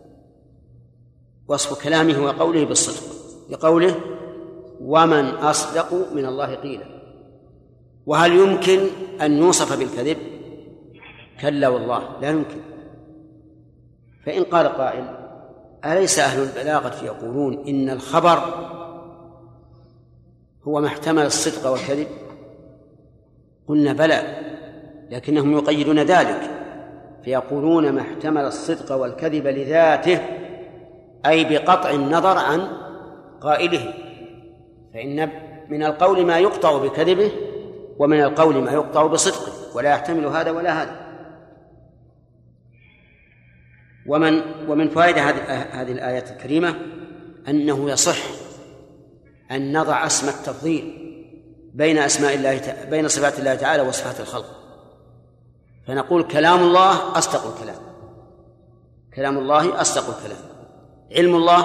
وصف كلامه وقوله بالصدق، لقوله ومن أصدق من الله قيلا. وهل يمكن أن يوصف بالكذب؟ كلا والله، لا يمكن. فإن قال قائل أليس أهل البلاغة يقولون إن الخبر هو ما احتمل الصدق والكذب؟ قلنا بلى، لكنهم يقيدون ذلك فيقولون ما احتمل الصدق والكذب لذاته، أي بقطع النظر عن قائله، فإن من القول ما يقطع بكذبه ومن القول ما يقطع بصدقه، ولا يحتمل هذا ولا هذا. ومن ومن فوائد هذه الآية الكريمة أنه يصح أن نضع اسم التفضيل بين أسماء الله بين صفات الله تعالى وصفات الخلق، فنقول كلام الله أصدق الكلام، كلام الله أصدق الكلام، علم الله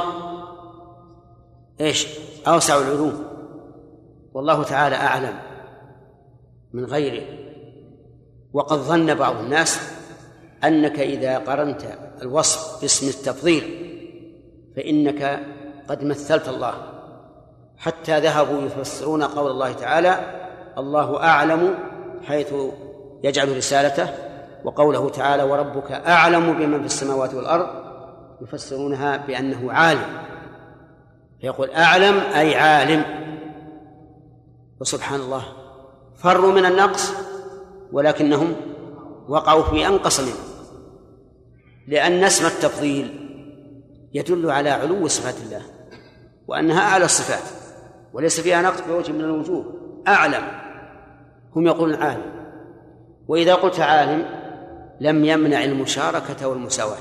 إيش؟ أوسع العلوم، والله تعالى أعلم من غيره. وقد ظن بعض الناس أنك إذا قرنت الوصف باسم التفضيل فإنك قد مثلت الله، حتى ذهبوا يفسرون قول الله تعالى الله أعلم حيث يجعل رسالته، وقوله تعالى وربك أعلم بمن في السماوات والأرض، يفسرونها بأنه عالم، فيقول أعلم أي عالم. وسبحان الله، فروا من النقص ولكنهم وقعوا في أنقص منه، لأن اسم التفضيل يدل على علو صفات الله وأنها أعلى الصفات وليس فيها نقص بوجه من الوجوه. أعلم، هم يقولون عالم، وإذا قلت عالم لم يمنع المشاركة والمساواة،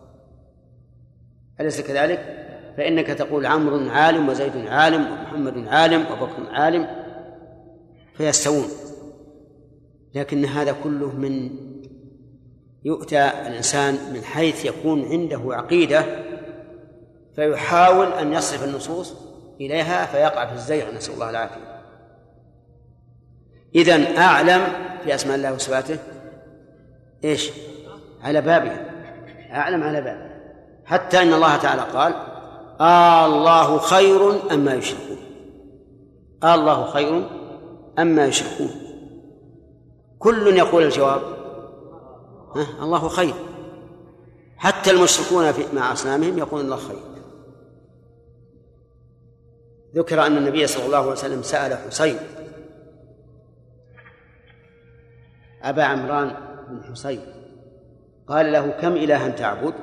أليس كذلك؟ فإنك تقول عمرو عالم وزيد عالم ومحمد عالم وبكر عالم فيستوون، لكن هذا كله من يؤتى الإنسان من حيث يكون عنده عقيدة فيحاول أن يصرف النصوص إليها فيقع في الزيغ، نسأل الله العافية. إذن أعلم في أسماء الله وصفاته إيش؟ على بابها، أعلم على بابها، حتى إن الله تعالى قال آه الله خير أما يشركون، آه الله خير أما يشركون، كل يقول الجواب ها الله خير، حتى المشركون في مع أصنامهم يقولون الله خير. ذكر أن النبي صلى الله عليه وسلم سأل حسين أبا عمران بن حسين قال له كم إلها تعبد؟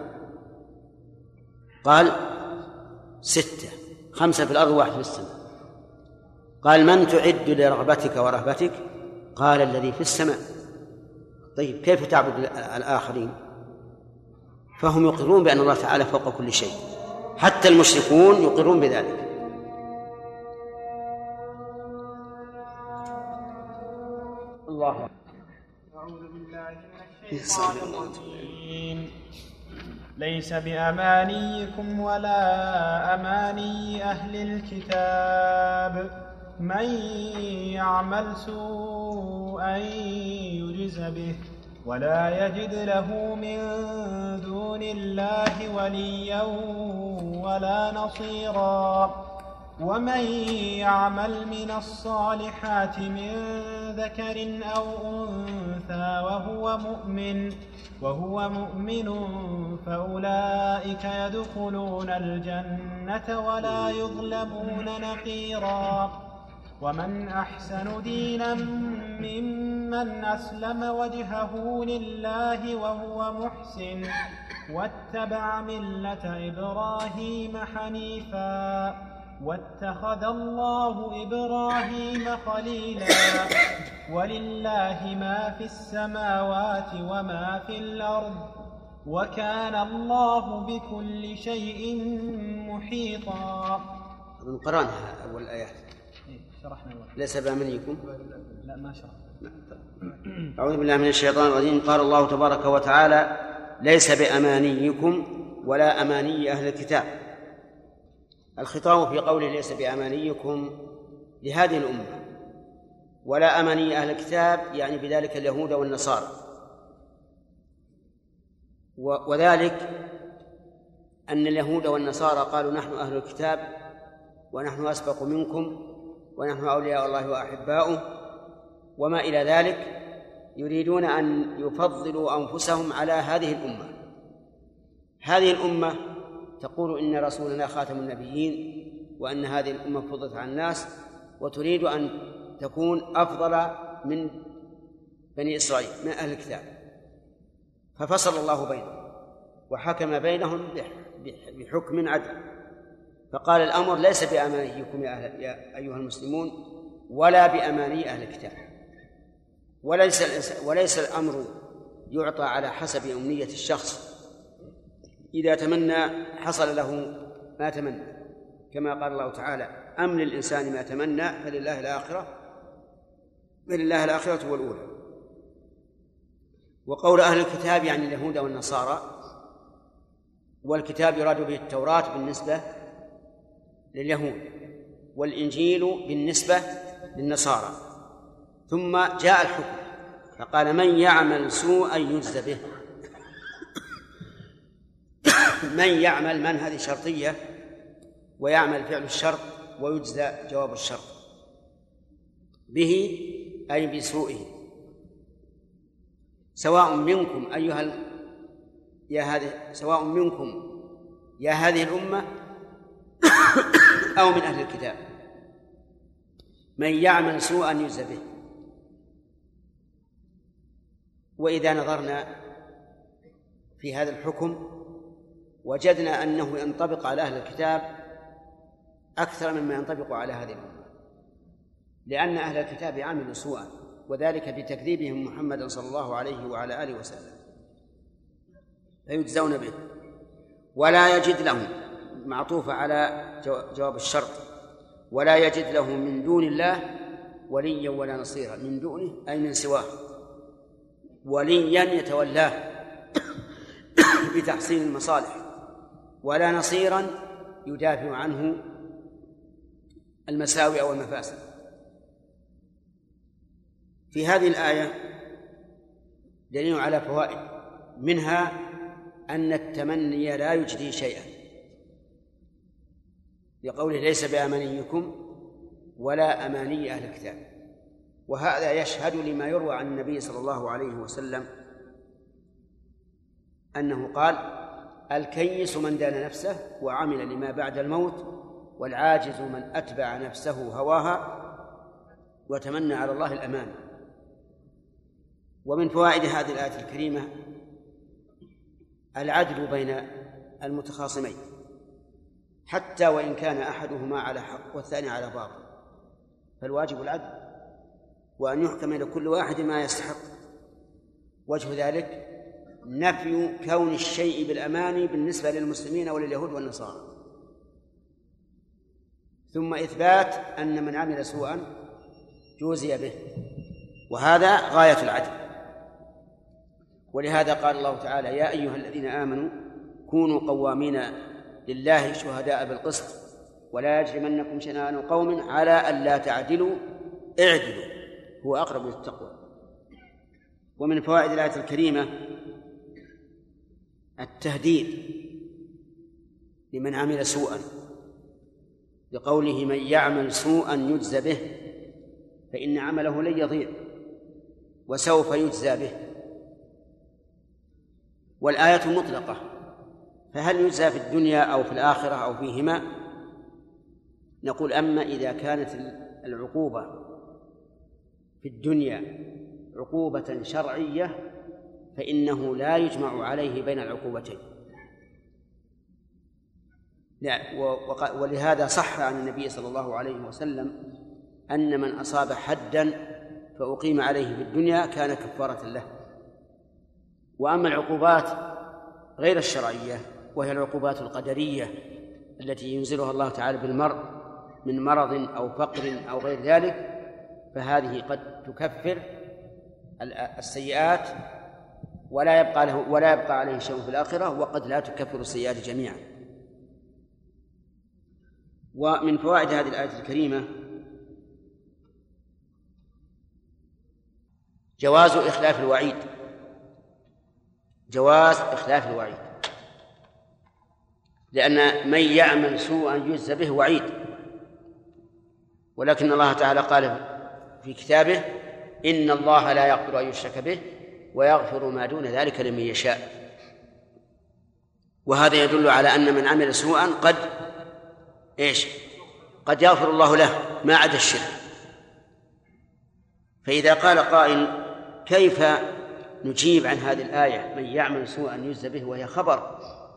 قال ستة، خمسة في الأرض واحد في السماء. قال من تعد لرغبتك ورهبتك؟ قال الذي في السماء. طيب كيف تعبد الآخرين؟ فهم يقرون بأن الله تعالى فوق كل شيء، حتى المشركون يقرون بذلك. الله أعوذ بالله من الشيطان الرجيم. ليس بأمانيكم ولا أماني أهل الكتاب، من يعمل سوءا يجز به ولا يجد له من دون الله وليا ولا نصيرا، ومن يعمل من الصالحات من ذكر أو أنثى وهو مؤمن وهو مؤمن فأولئك يدخلون الجنة ولا يظلمون نقيرا. ومن أحسن دينا ممن أسلم وجهه لله وهو محسن واتبع ملة إبراهيم حنيفا واتخذ الله إبراهيم خليلا. ولله ما في السماوات وما في الأرض وكان الله بكل شيء محيطا. قرأنا أول آيات، شرحنا ليس بأمانيكم لا ما شرح. أعوذ بالله من الشيطان الرجيم. قال الله تبارك وتعالى: ليس بأمانيكم ولا أماني أهل الكتاب. الخطاب في قوله ليس بأمانيكم لهذه الأمة، ولا أماني أهل الكتاب يعني بذلك اليهود والنصارى، وذلك أن اليهود والنصارى قالوا نحن أهل الكتاب ونحن أسبق منكم ونحن أولياء الله وأحباؤه وما إلى ذلك، يريدون أن يفضلوا أنفسهم على هذه الأمة. هذه الأمة تقول إن رسولنا خاتم النبيين وأن هذه الأمة فضلت على الناس، وتريد أن تكون أفضل من بني إسرائيل من أهل الكتاب، ففصل الله بينهم وحكم بينهم بحكم عدل، فقال الأمر ليس بأمانيكم يا, أهل يا أيها المسلمون ولا بأماني أهل الكتاب، وليس, وليس الأمر يعطى على حسب أمنية الشخص، إذا تمنى حصل له ما تمنى، كما قال الله تعالى: أم للإنسان ما تمنى فلله الآخرة فلله الآخرة والأولى. وقول أهل الكتاب يعني اليهود والنصارى، والكتاب يراد به التوراة بالنسبة لليهود، والإنجيل بالنسبة للنصارى. ثم جاء الحكم فقال: من يعمل سوءا يجزى به. من يعمل، من هذه شرطية، ويعمل فعل الشرط ويجزى جواب الشرط به أي بسوءه. سواء منكم أيها ال... يا هذه سواء منكم يا هذه الأمة أو من أهل الكتاب، من يعمل سوءا يجزى به. وإذا نظرنا في هذا الحكم وجدنا أنه ينطبق على أهل الكتاب أكثر مما ينطبق على هذه الأمة، لأن أهل الكتاب عملوا سوءا، وذلك بتكذيبهم محمد صلى الله عليه وعلى آله وسلم، فيجزون به. ولا يجد لهم، معطوفة على جواب الشرط، ولا يجد له من دون الله وليا ولا نصيرا. من دونه أي من سواه، وليا يتولاه بتحصيل المصالح، ولا نصيرا يدافع عنه المساوئ أو المفاسد. في هذه الآية دليل على فوائد، منها أن التمني لا يجدي شيئا، لقوله ليس بأمانيكم ولا أماني أهل الكتاب. وهذا يشهد لما يروى عن النبي صلى الله عليه وسلم أنه قال: الكيس من دان نفسه وعمل لما بعد الموت، والعاجز من أتبع نفسه هواها وتمنى على الله الأمان. ومن فوائد هذه الآية الكريمة العدل بين المتخاصمين، حتى وإن كان أحدهما على حق والثاني على باطل، فالواجب العدل، وأن يحكم لكل واحد ما يستحق. وجه ذلك نفي كون الشيء بالأمان بالنسبة للمسلمين ولليهود والنصارى، ثم إثبات أن من عمل سوءا جوزي به، وهذا غاية العدل. ولهذا قال الله تعالى: يا أيها الذين آمنوا كونوا قوامين لله شهداء بالقسط ولا يجرمنكم شنآن قوم على أن لا تعدلوا اعدلوا هو أقرب للتقوى. ومن فوائد الآية الكريمة التهديد لمن عمل سوءا، بقوله: من يعمل سوءا يجزى به، فإن عمله لن يضيع وسوف يجزى به. والآية مطلقة، فهل يجزى في الدنيا أو في الآخرة أو فيهما؟ نقول: أما إذا كانت العقوبة في الدنيا عقوبة شرعية فإنه لا يجمع عليه بين العقوبتين. ولهذا صح عن النبي صلى الله عليه وسلم أن من أصاب حدا فأقيم عليه في الدنيا كان كفارة له. وأما العقوبات غير الشرعية وهي العقوبات القدرية التي ينزلها الله تعالى بالمرء من مرض أو فقر أو غير ذلك، فهذه قد تكفر السيئات ولا يبقى له ولا يبقى عليه شيء في الآخرة، وقد لا تكفر السيئات جميعا. ومن فوائد هذه الآية الكريمة جواز إخلاف الوعيد، جواز إخلاف الوعيد، لأن من يعمل سوءا يجزى به وعيد، ولكن الله تعالى قال في كتابه: إن الله لا يغفر أن يشرك به ويغفر ما دون ذلك لمن يشاء. وهذا يدل على أن من عمل سوءا قد إيش قد يغفر الله له ما عدا الشرك. فإذا قال قائل: كيف نجيب عن هذه الآية من يعمل سوءا يجزى به وهي خبر؟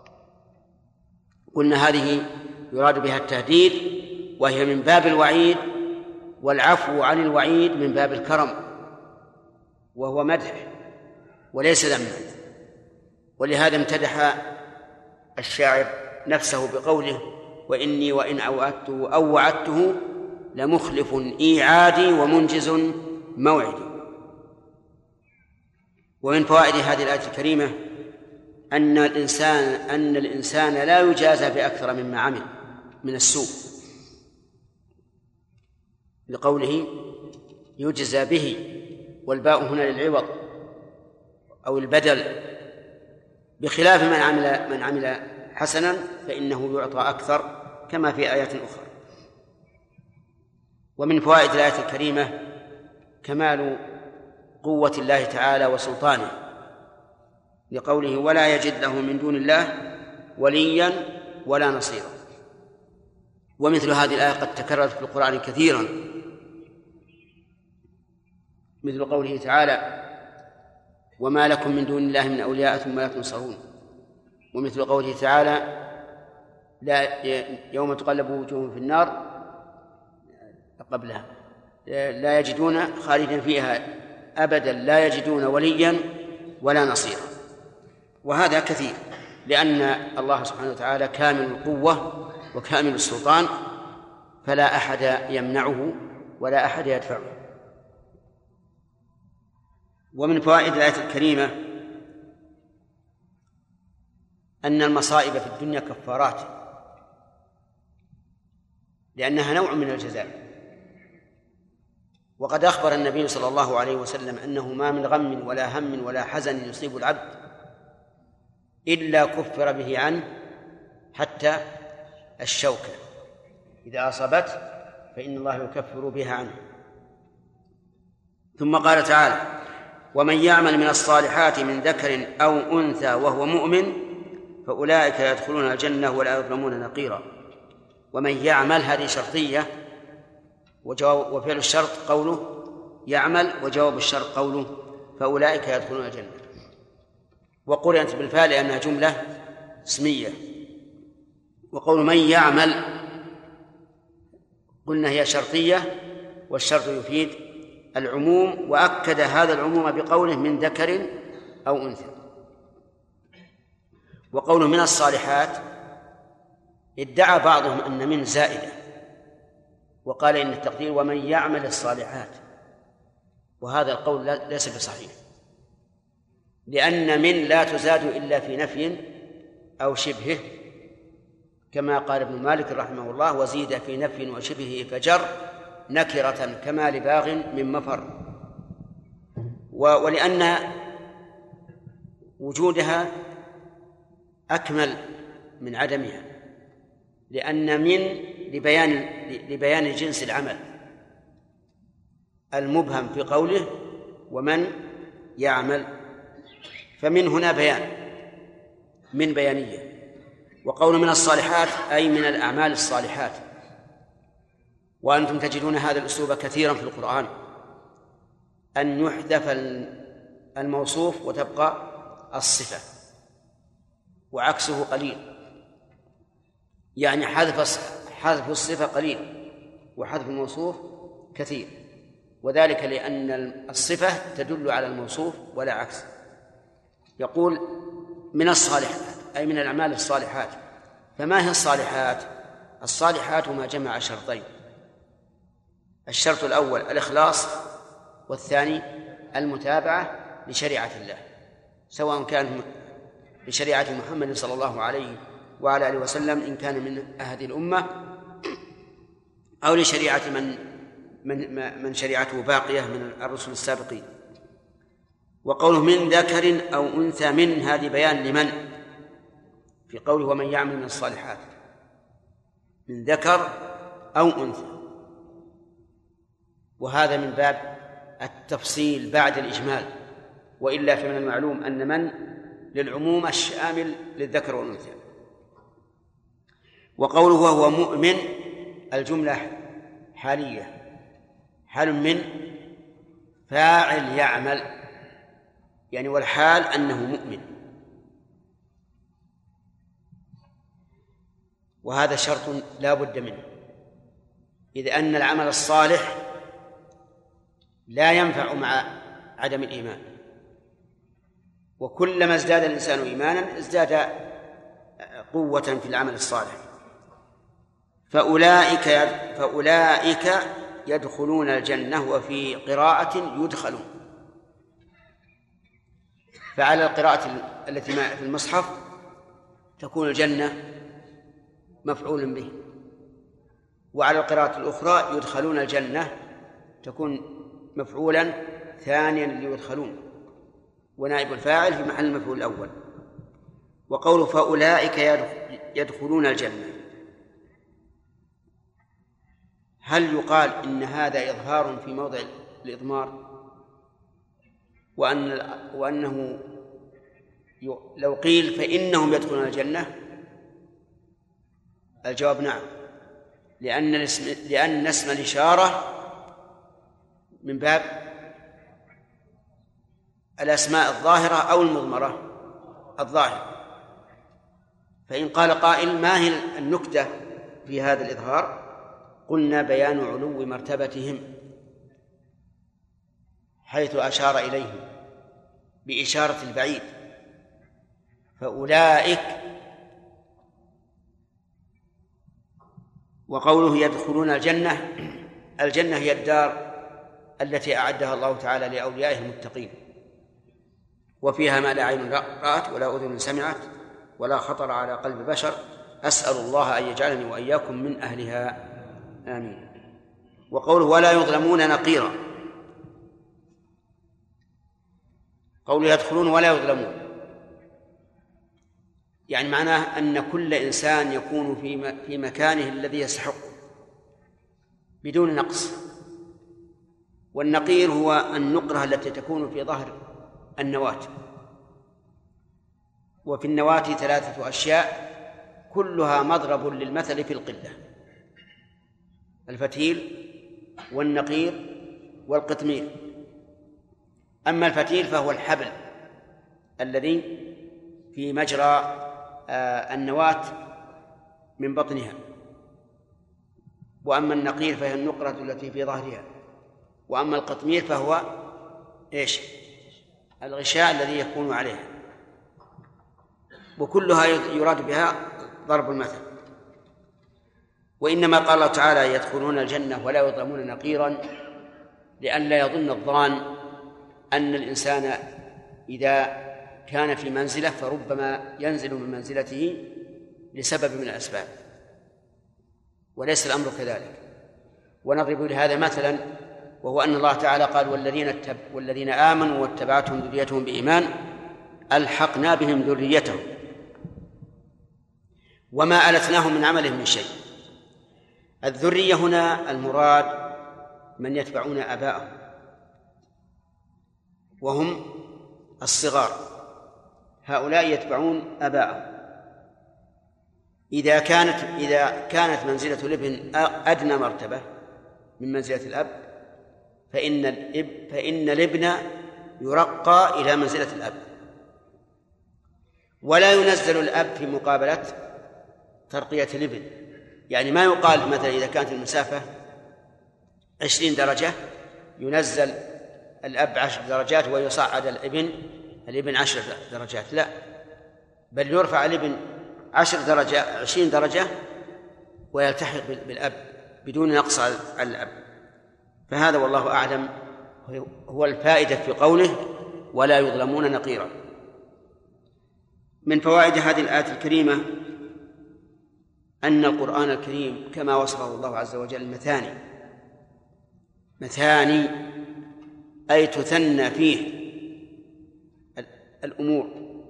قلنا هذه يراد بها التهديد، وهي من باب الوعيد، والعفو عن الوعيد من باب الكرم، وهو مدح وليس ذما. ولهذا امتدح الشاعر نفسه بقوله: وإني وإن أوعدته أو وعدته لمخلف إيعادي ومنجز موعدي. ومن فوائد هذه الآية الكريمة أن الإنسان أن الإنسان لا يجازى بأكثر مما عمل من السوء، لقوله يجزى به، والباء هنا للعوض أو البدل، بخلاف من عمل من عمل حسنا فإنه يعطى أكثر، كما في آيات أخرى. ومن فوائد الآية الكريمة كمال قوة الله تعالى وسلطانه، لقوله: ولا يجد له من دون الله وليا ولا نصيرا. ومثل هذه الآية قد تكررت في القرآن كثيرا، مثل قوله تعالى: وما لكم من دون الله من أولياء ثم لا تنصرون. ومثل قوله تعالى: لا يوم تقلب وجوههم في النار قبلها لا يجدون خالدا فيها أبدا لا يجدون وليا ولا نصيرا. وهذا كثير، لأن الله سبحانه وتعالى كامل القوة وكامل السلطان، فلا أحد يمنعه ولا أحد يدفعه. ومن فوائد الآية الكريمة أن المصائب في الدنيا كفارات، لأنها نوع من الجزاء. وقد أخبر النبي صلى الله عليه وسلم أنه ما من غم ولا هم ولا حزن يصيب العبد إلا كفر به عنه حتى الشوكة إذا أصابته فإن الله يكفر بها عنه. ثم قال تعالى: ومن يعمل من الصالحات من ذكر أو أنثى وهو مؤمن فأولئك يدخلون الجنة ولا يظلمون نقيرا. ومن يعمل هذه شرطية، وفعل الشرط قوله يعمل، وجواب الشرط قوله فأولئك يدخلون الجنة. وقرئت بالفاء لأنها جملة اسمية. وقول من يعمل قلنا هي شرطية، والشرط يفيد العموم، وأكد هذا العموم بقوله من ذكر أو أنثى. وقوله من الصالحات ادعى بعضهم أن من زائدة، وقال إن التقدير ومن يعمل الصالحات، وهذا القول ليس بصحيح، لأن من لا تزاد إلا في نفي أو شبهه، كما قال ابن مالك رحمه الله: وزيد في نفي وشبهه فجر نكرة كما لباغ من مفر. ولأن وجودها أكمل من عدمها، لأن من لبيان لبيان جنس العمل المبهم في قوله ومن يعمل، فمن هنا بيان من بيانية. وقول من الصالحات أي من الأعمال الصالحات. وأنتم تجدون هذا الأسلوب كثيرا في القرآن، أن يحذف الموصوف وتبقى الصفة، وعكسه قليل، يعني حذف حذف الصفة قليل وحذف الموصوف كثير، وذلك لأن الصفة تدل على الموصوف ولا عكس. يقول من الصالحات أي من الأعمال الصالحات. فما هي الصالحات؟ الصالحات ما جمع شرطين: الشرط الأول الإخلاص، والثاني المتابعة لشريعة الله، سواء كان بشريعة محمد صلى الله عليه وعلى آله وسلم إن كان من هذه الأمة، أو لشريعة من من من شريعته باقية من الرسل السابقين. وقوله من ذكر أو أنثى، من هذه بيان لمن في قوله ومن يعمل من الصالحات، من ذكر أو أنثى، وهذا من باب التفصيل بعد الإجمال، وإلا فمن المعلوم أن من للعموم الشامل للذكر والأنثى. وقوله وهو مؤمن، الجملة حالية، حال من فاعل يعمل، يعني والحال أنه مؤمن، وهذا شرط لا بد منه، إذ أن العمل الصالح لا ينفع مع عدم الإيمان، وكلما ازداد الإنسان إيمانا ازداد قوة في العمل الصالح. فأولئك فأولئك يدخلون الجنة، وفي قراءة يدخلون، فعلى القراءة التي في المصحف تكون الجنة مفعول به، وعلى القراءة الأخرى يدخلون الجنة تكون مفعولا ثانيا ليدخلون، ونائب الفاعل في محل المفعول الأول. وقوله فأولئك يدخلون الجنة، هل يقال إن هذا إظهار في موضع الإضمار، وأن وأنه لو قيل فإنهم يدخلون الجنة؟ الجواب نعم، لأن الاسم لأن اسم الإشارة من باب الأسماء الظاهرة أو المضمرة الظاهرة. فإن قال قائل ما هي النكتة في هذا الإظهار؟ قلنا بيان علو مرتبتهم، حيث أشار إليهم بإشارة البعيد، فأولئك. وقوله يدخلون الجنة، الجنة هي الدار التي أعدها الله تعالى لأوليائه المتقين، وفيها ما لا عين رأت ولا أذن سمعت ولا خطر على قلب بشر، أسأل الله أن يجعلني وإياكم من أهلها، آمين. وقوله ولا يظلمون نقيرا، قوله يدخلون ولا يظلمون يعني معناه أن كل إنسان يكون في مكانه الذي يستحق بدون نقص. والنقير هو النقرة التي تكون في ظهر النواة، وفي النواة ثلاثة أشياء كلها مضرب للمثل في القلة: الفتيل والنقير والقطمير. أما الفتيل فهو الحبل الذي في مجرى النواة من بطنها، وأما النقير فهي النقرة التي في ظهرها، وأما القطمير فهو إيش؟ الغشاء الذي يكون عليها، وكلها يراد بها ضرب المثل. وإنما قال الله تعالى يدخلون الجنة ولا يظلمون نقيرا لئلا يظن الظان أن الإنسان إذا كان في منزلة فربما ينزل من منزلته لسبب من الأسباب، وليس الأمر كذلك. ونضرب لهذا مثلا، وهو أن الله تعالى قال والذين, التب... والذين آمنوا واتبعتهم ذريتهم بإيمان ألحقنا بهم ذريتهم وما ألتناهم من عملهم من شيء. الذرية هنا المراد من يتبعون آباءهم وهم الصغار، هؤلاء يتبعون آباءهم. إذا كانت إذا كانت منزلة الابن أدنى مرتبة من منزلة الأب، فإن الاب فإن الابن يرقى إلى منزلة الأب، ولا ينزل الأب في مقابلة ترقية الابن. يعني ما يقال مثلا إذا كانت المسافة عشرين درجة ينزل الأب عشر درجات ويصعد الابن الابن عشر درجات، لا، بل يرفع الابن عشر درجة عشرين درجة ويلتحق بالأب بدون نقص على الأب. فهذا والله أعلم هو الفائدة في قوله ولا يظلمون نقيرا. من فوائد هذه الآية الكريمة أن القرآن الكريم كما وصفه الله عز وجل مثاني مثاني أي تثنى فيه الأمور،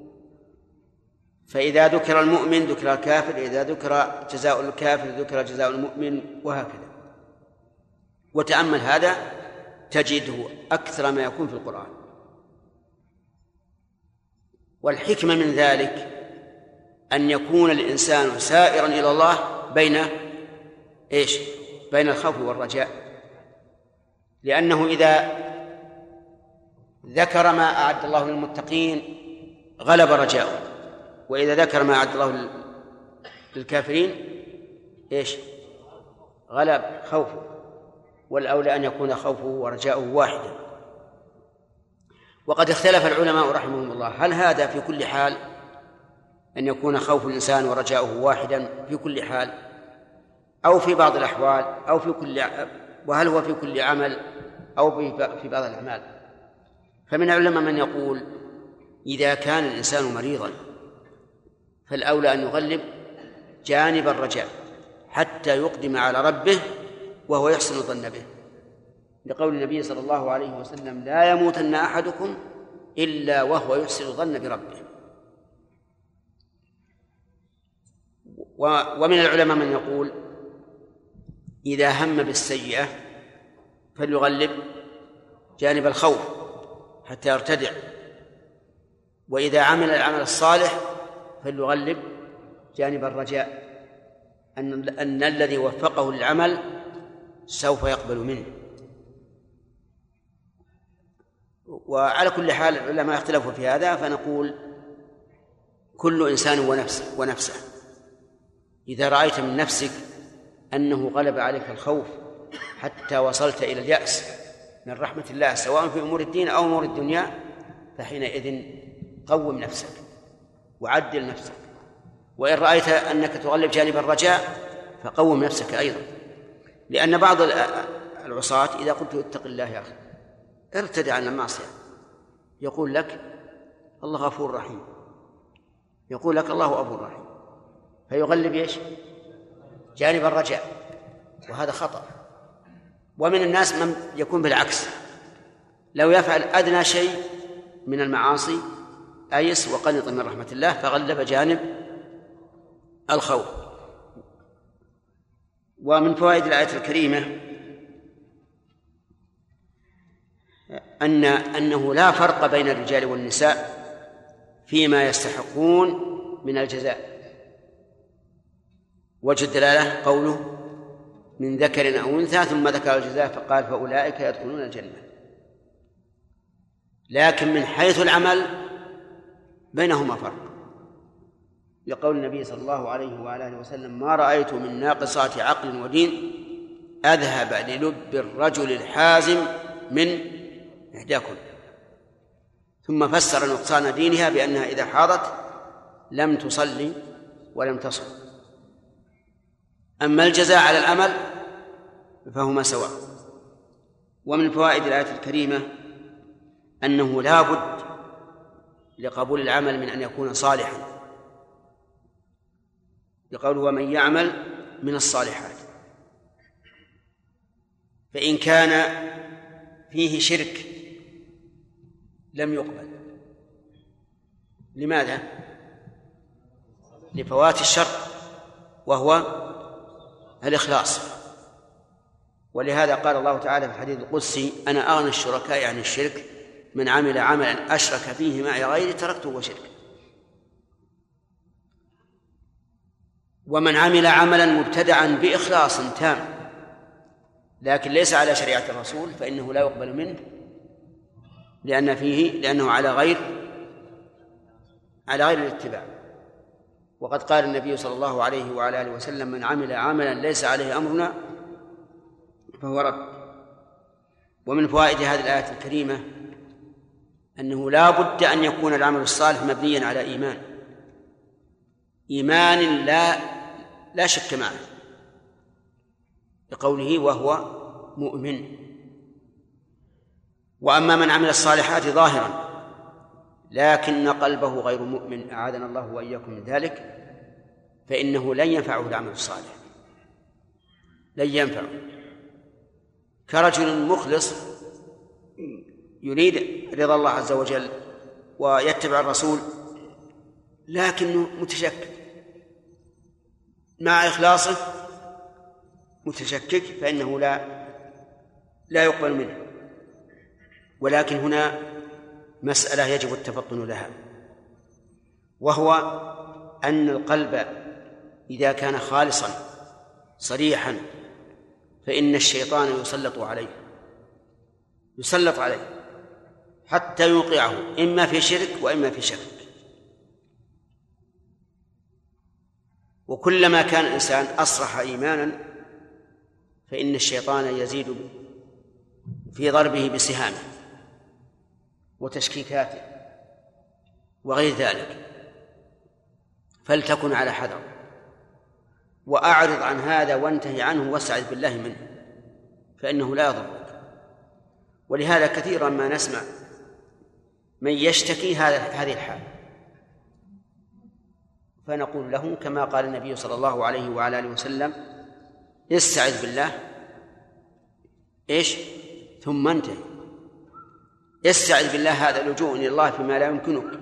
فإذا ذكر المؤمن ذكر الكافر، إذا ذكر جزاء الكافر ذكر جزاء المؤمن، وهكذا. وتأمل هذا تجده أكثر ما يكون في القرآن. والحكمة من ذلك أن يكون الإنسان سائرا إلى الله بين إيش؟ بين الخوف والرجاء، لأنه إذا ذكر ما أعد الله للمتقين غلب رجاؤه، وإذا ذكر ما أعد الله للكافرين إيش؟ غلب خوفه، والأولى أن يكون خوفه ورجاؤه واحدا. وقد اختلف العلماء رحمهم الله هل هذا في كل حال أن يكون خوف الإنسان ورجاؤه واحدا في كل حال، أو في بعض الأحوال، أو في كل، وهل هو في كل عمل أو في بعض الأعمال. فمن العلماء من يقول إذا كان الإنسان مريضا فالأولى أن يغلب جانب الرجاء حتى يقدم على ربه وهو يحسن الظن به، لقول النبي صلى الله عليه وسلم لا يموتن أحدكم إلا وهو يحسن الظن بربه. ومن العلماء من يقول إذا هم بالسيئة فليغلب جانب الخوف حتى يرتدع، وإذا عمل العمل الصالح فليغلب جانب الرجاء أن, أن الذي وفقه للعمل سوف يقبل منه. وعلى كل حال العلماء اختلفوا في هذا، فنقول كل إنسان ونفسه, ونفسه إذا رأيت من نفسك أنه غلب عليك الخوف حتى وصلت إلى اليأس من رحمة الله سواء في أمور الدين أو أمور الدنيا، فحينئذ قوم نفسك وعدل نفسك. وإن رأيت أنك تغلب جانب الرجاء فقوم نفسك أيضا، لأن بعض العصاة إذا قلت اتق الله يا أخي ارتدع عن المعصية يقول لك الله غفور رحيم، يقول لك الله أبو رحيم، فيغلب إيش؟ جانب الرجاء، وهذا خطأ. ومن الناس من يكون بالعكس، لو يفعل أدنى شيء من المعاصي أيس وقنط من رحمة الله فغلب جانب الخوف. ومن فوائد الآية الكريمة أن أنه لا فرق بين الرجال والنساء فيما يستحقون من الجزاء. وجه الدلالة قوله من ذكر أو أنثى ثم ذكر الجزاء فقال فأولئك يدخلون الجنة. لكن من حيث العمل بينهما فرق، لقول النبي صلى الله عليه وآله وسلم ما رأيت من ناقصات عقل ودين أذهب للب الرجل الحازم من إحداكم. ثم فسر نقصان دينها بأنها إذا حاضت لم تصلي ولم تصم. أما الجزاء على العمل فهما سواء. ومن فوائد الآية الكريمة أنه لا بد لقبول العمل من أن يكون صالحا، لقوله ومن يعمل من الصالحات، فإن كان فيه شرك لم يقبل. لماذا؟ لفوات الشرط وهو الإخلاص. ولهذا قال الله تعالى في الحديث القدسي أنا أغنى الشركاء عن الشرك من عمل عملا أشرك فيه معي غيري تركته وشركه. ومن عمل عملا مبتدعا بإخلاص تام لكن ليس على شريعة الرسول فإنه لا يقبل منه، لأن فيه لأنه على غير على غير الاتباع. وقد قال النبي صلى الله عليه وعلى آله وسلم من عمل عملا ليس عليه أمرنا فهو رد. ومن فوائد هذه الآية الكريمة أنه لا بد أن يكون العمل الصالح مبنيا على إيمان، إيمان لا لا شك معه، لقوله وهو مؤمن. وأما من عمل الصالحات ظاهرا لكن قلبه غير مؤمن أعاذنا الله وإياكم من ذلك فإنه لن ينفعه العمل الصالح، لن ينفعه. كرجل مخلص يريد رضا الله عز وجل ويتبع الرسول لكنه متشكك، مع إخلاصه متشكك، فإنه لا لا يقبل منه. ولكن هنا مسألة يجب التفطن لها، وهو أن القلب إذا كان خالصا صريحا فإن الشيطان يسلط عليه يسلط عليه حتى يوقعه إما في شرك وإما في شك. وكلما كان الإنسان أصرح إيمانا فإن الشيطان يزيد في ضربه بسهامه وتشكيكاته وغير ذلك، فلتكن على حذر وأعرض عن هذا وانتهي عنه واستعذ بالله منه فإنه لا يضرك. ولهذا كثيرا ما نسمع من يشتكي هذه الحال فنقول له كما قال النبي صلى الله عليه وعلى آله وسلم استعذ بالله إيش ثم انتهي. استعذ بالله هذا اللجوء إلى الله فيما لا يمكنك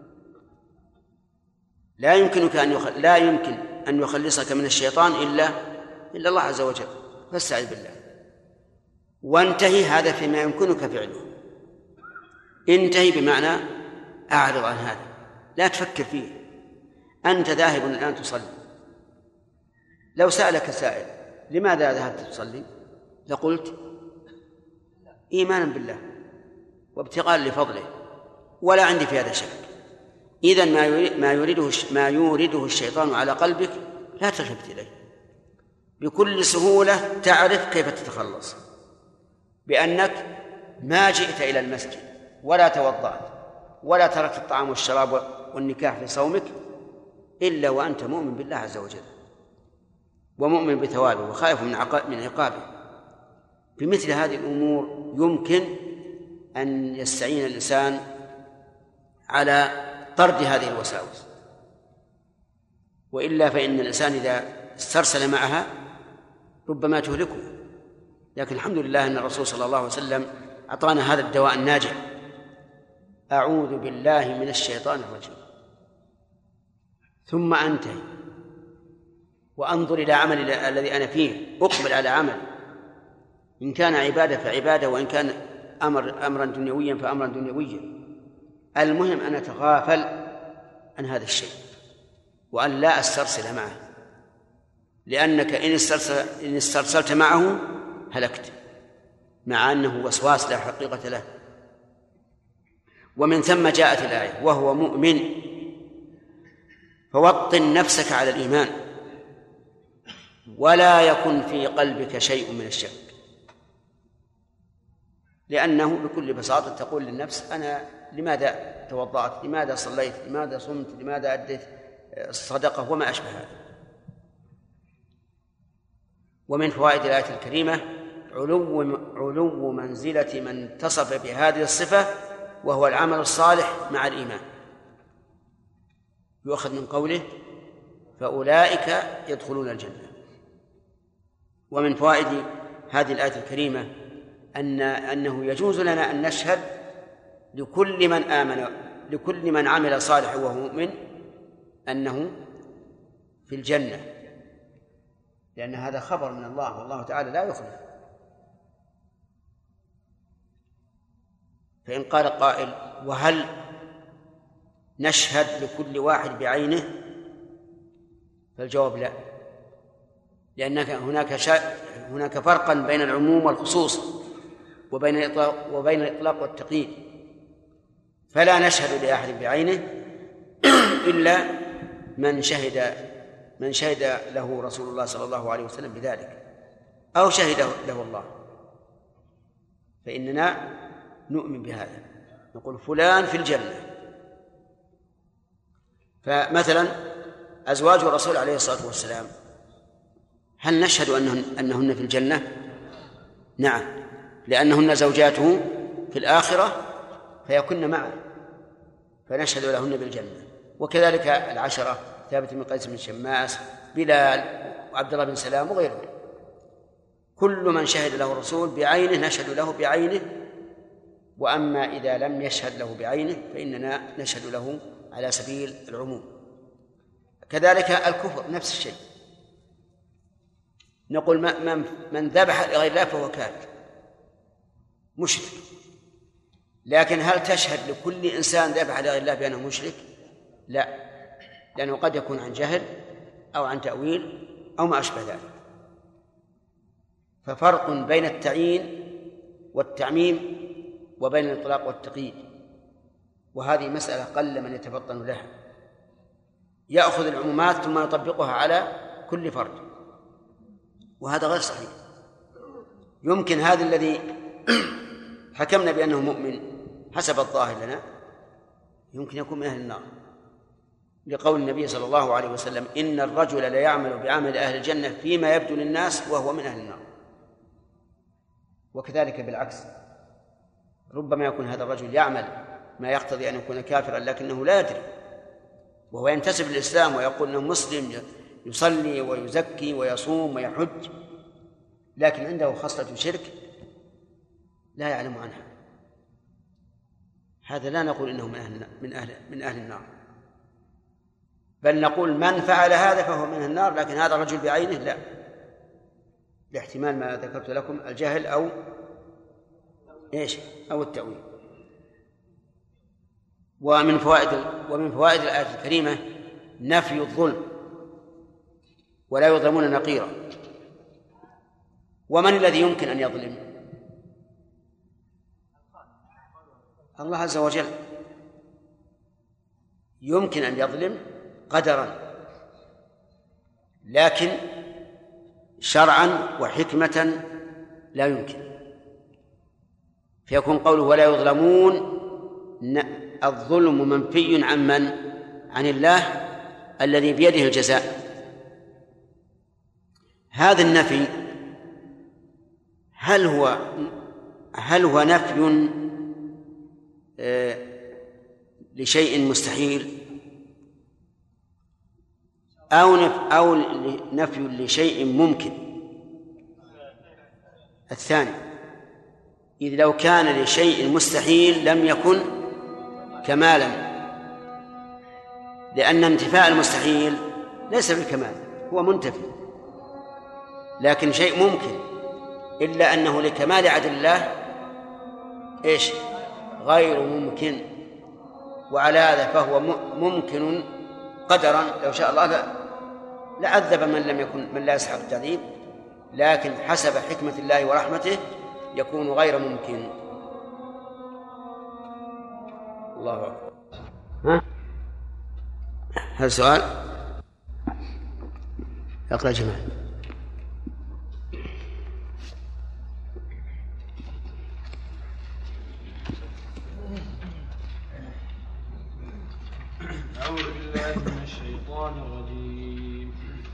لا يمكنك أن يخل... لا يمكن أن يخلصك من الشيطان إلا إلا الله عز وجل، فاستعذ بالله وانتهي هذا فيما يمكنك فعله. انتهي بمعنى أعرض عن هذا، لا تفكر فيه. أنت ذاهب الآن تصلي، لو سألك سائل لماذا ذهبت تصلي لقلت إيمانا بالله وابتغاء لفضله ولا عندي في هذا شك. إذن ما يريده ما يورده الشيطان على قلبك لا تلتفت إليه، بكل سهولة تعرف كيف تتخلص، بأنك ما جئت إلى المسجد ولا توضأت ولا تركت الطعام والشراب والنكاح في صومك إلا وأنت مؤمن بالله عز وجل ومؤمن بثوابه وخائف من عقابه. بمثل هذه الأمور يمكن أن يستعين الإنسان على طرد هذه الوساوس، وإلا فإن الإنسان إذا استرسل معها ربما تهلكه. لكن الحمد لله أن الرسول صلى الله عليه وسلم أعطانا هذا الدواء الناجع: أعوذ بالله من الشيطان الرجيم، ثم أنتهي وأنظر إلى عمل الذي أنا فيه، أقبل على عمل، إن كان عبادة فعبادة، وإن كان أمر أمرا دنيويا فأمرا دنيويا. المهم أن أتغافل عن هذا الشيء وأن لا أسترسل معه، لأنك إن استرسل إن استرسلت معه هلكت، مع أنه وسواس لا حقيقة له. ومن ثم جاءت الآية: وهو مؤمن فوطن نفسك على الإيمان ولا يكن في قلبك شيء من الشك، لأنه بكل بساطة تقول للنفس: أنا لماذا توضأت؟ لماذا صليت؟ لماذا صمت؟ لماذا أديت الصدقة؟ وما أشبه هذا. ومن فوائد الآية الكريمة علو علو منزلة من اتصف بهذه الصفة، وهو العمل الصالح مع الإيمان. يؤخذ من قوله: فأولئك يدخلون الجنة. ومن فوائد هذه الآية الكريمة أن أنه يجوز لنا أن نشهد لكل من آمن لكل من عمل صالحا وهو مؤمن أنه في الجنة، لأن هذا خبر من الله، والله تعالى لا يخلف. فإن قال قائل: وهل نشهد لكل واحد بعينه؟ فالجواب لا، لأن هناك شا... هناك فرقا بين العموم والخصوص، وبين الإطلاق وبين الإطلاق والتقييد. فلا نشهد لأحد بعينه إلا من شهد من شهد له رسول الله صلى الله عليه وسلم بذلك، أو شهد له الله، فإننا نؤمن بهذا، نقول فلان في الجنة. فمثلا أزواج الرسول عليه الصلاة والسلام، هل نشهد أنهن, أنهن في الجنة؟ نعم، لأنهن زوجاته في في الآخرة فيكن معه فنشهد لهن بالجنة. وكذلك العشرة ثابت بن قيس بن شماس، بلال، وعبد الله بن سلام وغيرهم، كل من شهد له الرسول بعينه نشهد له بعينه. وأما إذا لم يشهد له بعينه فإننا نشهد له على سبيل العموم. كذلك الكفر نفس الشيء، نقول من, من ذبح لغير الله فهو كافر مشرك، لكن هل تشهد لكل إنسان ذبح لغير الله بأنه مشرك؟ لا، لأنه قد يكون عن جهل أو عن تأويل أو ما أشبه ذلك. ففرق بين التعيين والتعميم وبين الإطلاق والتقييد، وهذه مسألة قل من يتفطن لها، يأخذ العمومات ثم يطبقها على كل فرد، وهذا غير صحيح. يمكن هذا الذي حكمنا بأنه مؤمن حسب الظاهر لنا يمكن يكون من أهل النار، لقول النبي صلى الله عليه وسلم: إن الرجل ليعمل بعمل أهل الجنة فيما يبدو للناس وهو من أهل النار. وكذلك بالعكس، ربما يكون هذا الرجل يعمل ما يقتضي أن يكون كافرا لكنه لا يدري، وهو ينتسب للإسلام ويقول أنه مسلم، يصلي ويزكي ويصوم ويحج، لكن عنده خصلة شرك لا يعلم عنها. هذا لا نقول إنه من أهل من أهل من أهل النار، بل نقول من فعل هذا فهو من أهل النار، لكن هذا الرجل بعينه لا، لاحتمال ما ذكرت لكم الجهل أو إيش أو التأويل. ومن فوائد ومن فوائد الآية الكريمة نفي الظلم، ولا يظلمون نقيرا. ومن الذي يمكن أن يظلم؟ الله عز وجل يمكن أن يظلم قدرا، لكن شرعا وحكمة لا يمكن. فيكون قوله ولا يظلمون الظلم منفي عن من؟ عن الله الذي بيده الجزاء. هذا النفي هل هو هل هو نفي لشيء مستحيل أو أو نفي لشيء ممكن؟ الثاني، إذ لو كان لشيء مستحيل لم يكن كمالا، لأن انتفاء المستحيل ليس بالكمال، هو منتفي. لكن شيء ممكن، إلا أنه لكمال عدل الله إيش؟ غير ممكن. وعلى هذا فهو ممكن قدرا، لو شاء الله لعذب من لم يكن من لا يستحق التعذيب، لكن حسب حكمة الله ورحمته يكون غير ممكن. الله أكبر. ها؟ هل سؤال؟ اقرأ جماعة. أعوذ بالله من الشيطان الرجيم.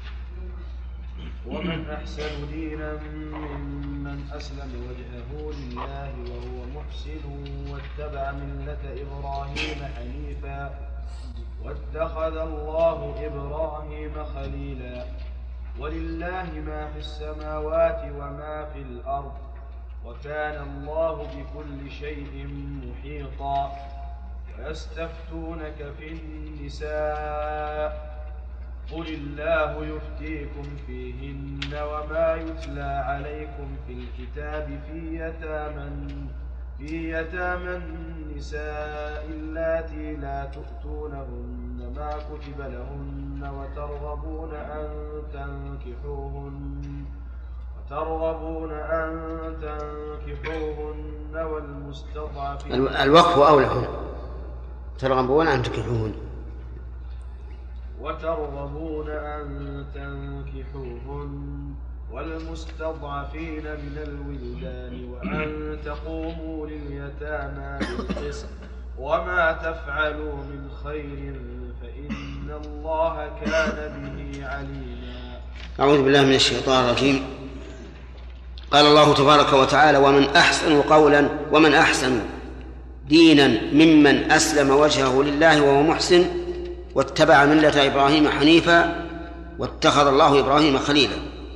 ومن أحسن دينا ممن أسلم وجهه لله وهو محسن واتبع ملة إبراهيم حنيفا واتخذ الله إبراهيم خليلا. ولله ما في السماوات وما في الأرض وكان الله بكل شيء محيطا. ويستفتونك في النساء قل الله يفتيكم فيهن وما يتلى عليكم في الكتاب في يتامى في يتامى النساء اللاتي لا تؤتونهن ما كتب لهن وترغبون أن تنكحوهن وترغبون أن تنكحوهن والمستضعفين. الوقف أولى هنا، ترغبون أن تنكحوهن وترغبون أن تنكحوهن والمستضعفين من الولدان وأن تقوموا لليتامى بالقسط وما تفعلوا من خير فإن الله كان به عليما. أعوذ بالله من الشيطان الرجيم. قال الله تبارك وتعالى: ومن أحسن قولا ومن أحسن دينا ممن أسلم وجهه لله وهو محسن واتبع ملة إبراهيم حنيفا واتخذ الله إبراهيم خليلا.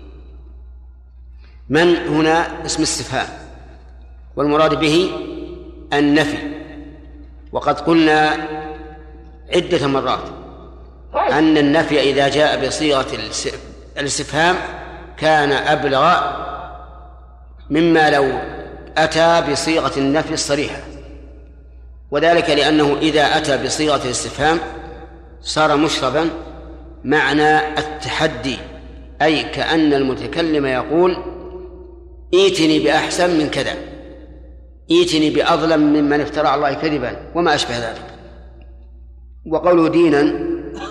من هنا اسم استفهام، والمراد به النفي. وقد قلنا عدة مرات أن النفي إذا جاء بصيغة الاستفهام كان أبلغ مما لو أتى بصيغة النفي الصريحة، وذلك لأنه إذا أتى بصيغة الاستفهام صار مشربا معنى التحدي، أي كأن المتكلم يقول ائتني بأحسن من كذا، ائتني بأظلم ممن افترى على الله كذبا وما أشبه ذلك. وقوله دينا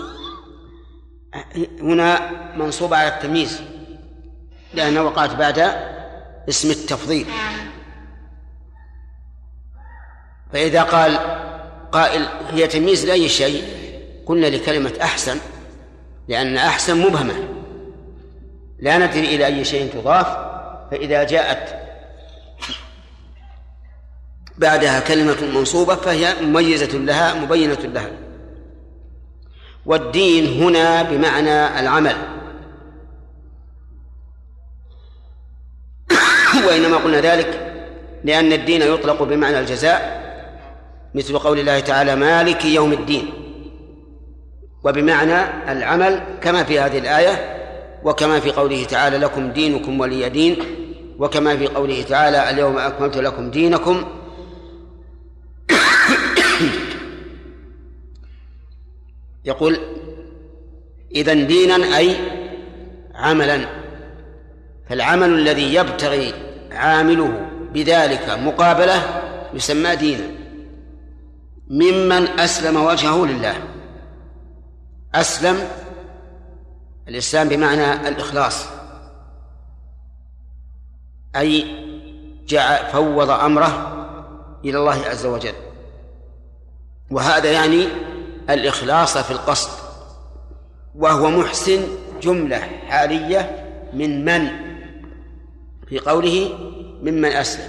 هنا منصوب على التمييز لأنه وقعت بعد اسم التفضيل. فإذا قال قائل هي تمييز لأي شيء قلنا لكلمة أحسن، لأن أحسن مبهمة لا ندري إلى أي شيء تضاف، فإذا جاءت بعدها كلمة منصوبة فهي مميزة لها مبينة لها. والدين هنا بمعنى العمل، وإنما قلنا ذلك لأن الدين يطلق بمعنى الجزاء، مثل قول الله تعالى مالك يوم الدين، وبمعنى العمل كما في هذه الآية، وكما في قوله تعالى لكم دينكم ولي دين، وكما في قوله تعالى اليوم أكملت لكم دينكم. يقول إذن دينا أي عملا، فالعمل الذي يبتغي عامله بذلك مقابله يسمى دينا ممن أسلم وجهه لله. أسلم الإسلام بمعنى الإخلاص، أي جعل فوض أمره إلى الله عز وجل، وهذا يعني الإخلاص في القصد. وهو محسن جملة حالية من من في قوله ممن أسلم،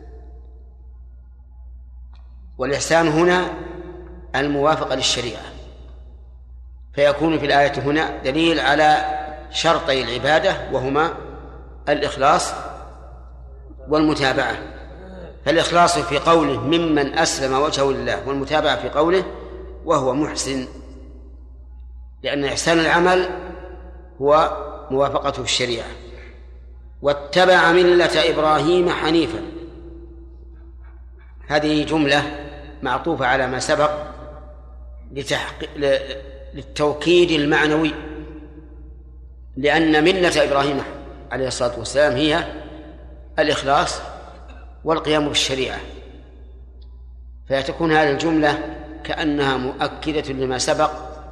والإحسان هنا الموافقة للشريعة، فيكون في الآية هنا دليل على شرطي العبادة وهما الإخلاص والمتابعة. فالإخلاص في قوله ممن أسلم وجهه لله، والمتابعة في قوله وهو محسن، لأن إحسان العمل هو موافقته الشريعة. واتبع ملة إبراهيم حنيفا، هذه جملة معطوفة على ما سبق لتحقيق للتوكيد المعنوي، لأن ملة إبراهيم عليه الصلاة والسلام هي الإخلاص والقيام بالشريعة، فتكون هذه الجملة كأنها مؤكدة لما سبق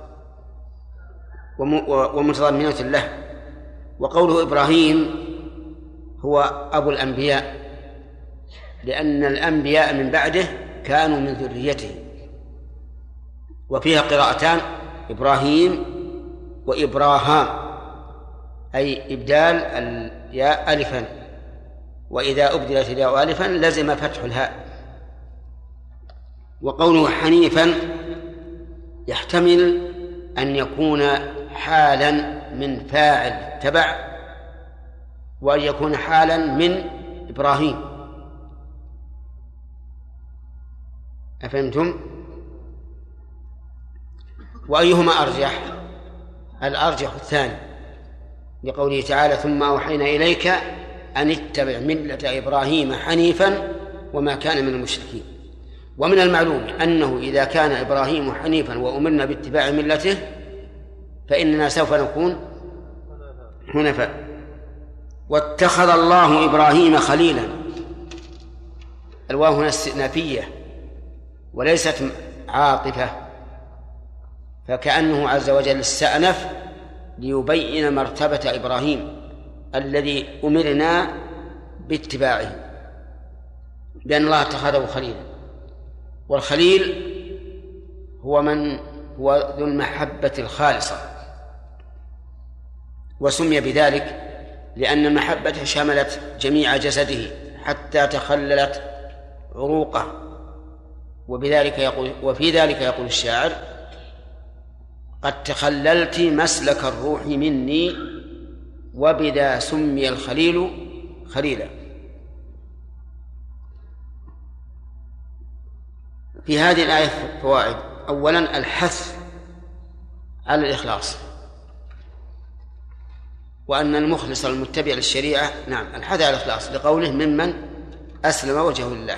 ومتضمنة له. وقوله إبراهيم هو أبو الأنبياء، لأن الأنبياء من بعده كانوا من ذريته. وفيها قراءتان إبراهيم وإبراهام، أي إبدال الياء ألفا، وإذا أبدلت الياء ألفا لزم فتح الهاء. وقوله حنيفا يحتمل أن يكون حالا من فاعل تبع، وأن يكون حالا من إبراهيم. أفهمتم؟ وأيهما أرجح؟ الأرجح الثاني، لقوله تعالى ثم أوحينا إليك أن اتبع ملة إبراهيم حنيفا وما كان من المشركين. ومن المعلوم أنه إذا كان إبراهيم حنيفا وأمرنا باتباع ملته فإننا سوف نكون حنفاء. واتخذ الله إبراهيم خليلا، الواو هنا استئنافية وليست عاطفة، فكأنه عز وجل استأنف ليبين مرتبة إبراهيم الذي أمرنا باتباعه، بأن الله اتخذه خليلا. والخليل هو من هو ذو المحبة الخالصة، وسمي بذلك لأن المحبة شملت جميع جسده حتى تخللت عروقه وبذلك يقول وفي ذلك يقول الشاعر: قد تخللت مسلك الروح مني وبذا سمي الخليل خليلا. في هذه الآية فوائد: أولا الحث على الإخلاص، وأن المخلص المتبع للشريعة نعم الحث على الإخلاص لقوله: ممن أسلم وجهه لله.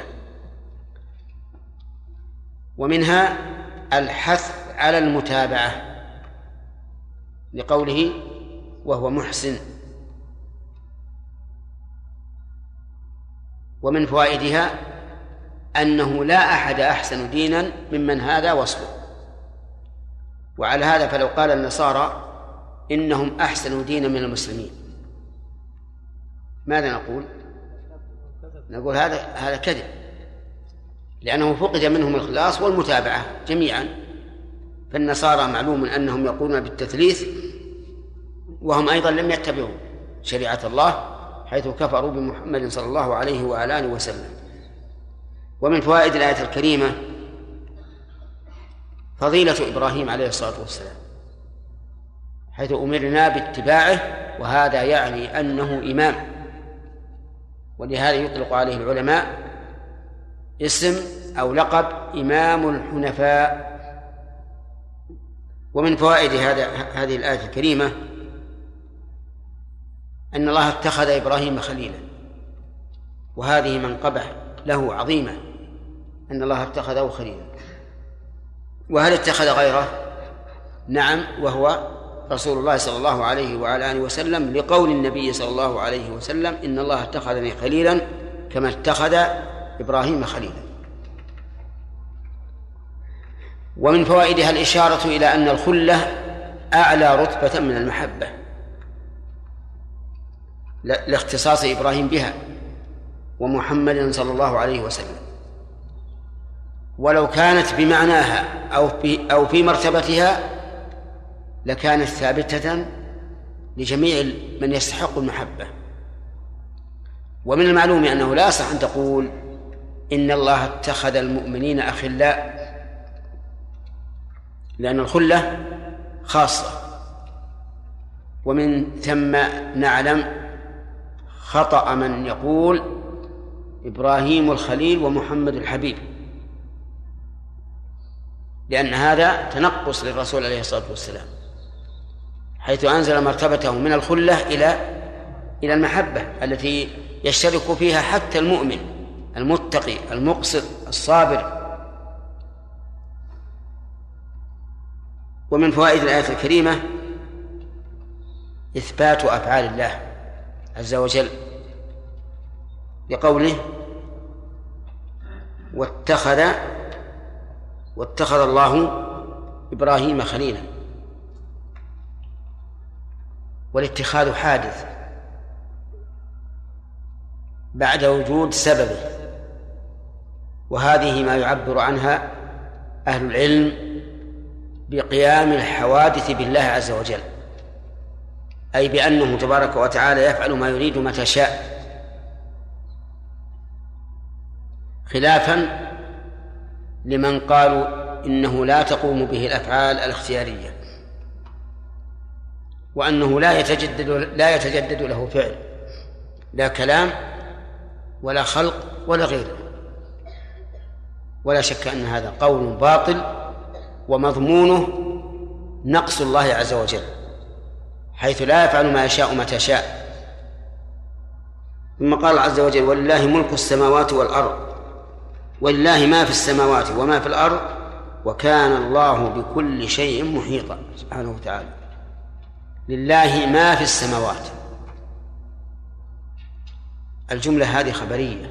ومنها الحث على المتابعة لقوله: وهو محسن. ومن فوائدها أنه لا أحد أحسن دينا ممن هذا وصفه. وعلى هذا فلو قال النصارى إنهم أحسن دينا من المسلمين ماذا نقول؟ نقول هذا هذا كذب، لأنه فقد منهم الإخلاص والمتابعة جميعا. فالنصارى معلوم أنهم يقولون بالتثليث وهم أيضا لم يتبعوا شريعة الله، حيث كفروا بمحمد صلى الله عليه وعلى آله وسلم. ومن فوائد الآية الكريمة فضيلة إبراهيم عليه الصلاة والسلام، حيث أمرنا باتباعه، وهذا يعني أنه إمام، ولهذا يطلق عليه العلماء اسم أو لقب إمام الحنفاء. ومن فوائد هذا هذه الآية الكريمة أن الله اتخذ إبراهيم خليلا، وهذه منقبة له عظيمة أن الله اتخذه خليلا. وهل اتخذ غيره؟ نعم، وهو رسول الله صلى الله عليه وعلى آله وسلم، لقول النبي صلى الله عليه وسلم: إن الله اتخذني خليلا كما اتخذ إبراهيم خليلا. ومن فوائدها الإشارة إلى أن الخلة أعلى رتبة من المحبة لاختصاص إبراهيم بها ومحمد صلى الله عليه وسلم. ولو كانت بمعناها أو في أو في مرتبتها لكانت ثابتة لجميع من يستحق المحبة. ومن المعلوم أنه لا يصح أن تقول إن الله اتخذ المؤمنين أخلاء، لأن الخلة خاصة. ومن ثم نعلم خطأ من يقول إبراهيم الخليل ومحمد الحبيب، لأن هذا تنقص للرسول عليه الصلاة والسلام، حيث أنزل مرتبته من الخلة إلى إلى المحبة التي يشترك فيها حتى المؤمن المتقي المقسط الصابر. ومن فوائد الآية الكريمة إثبات أفعال الله عز وجل لقوله: واتخذ واتخذ الله إبراهيم خليلا. والاتخاذ حادث بعد وجود سببه، وهذه ما يعبر عنها أهل العلم بقيام الحوادث بالله عز وجل، أي بأنه تبارك وتعالى يفعل ما يريد متى شاء، خلافا لمن قالوا إنه لا تقوم به الأفعال الاختيارية، وأنه لا يتجدد لا يتجدد له فعل، لا كلام ولا خلق ولا غيره. ولا شك أن هذا قول باطل ومضمونه نقص الله عز وجل، حيث لا يفعل ما يشاء متى شاء. ثم قال عز وجل: ولله ملك السماوات والأرض، ولله ما في السماوات وما في الأرض وكان الله بكل شيء محيطا. سبحانه وتعالى لله ما في السماوات، الجملة هذه خبرية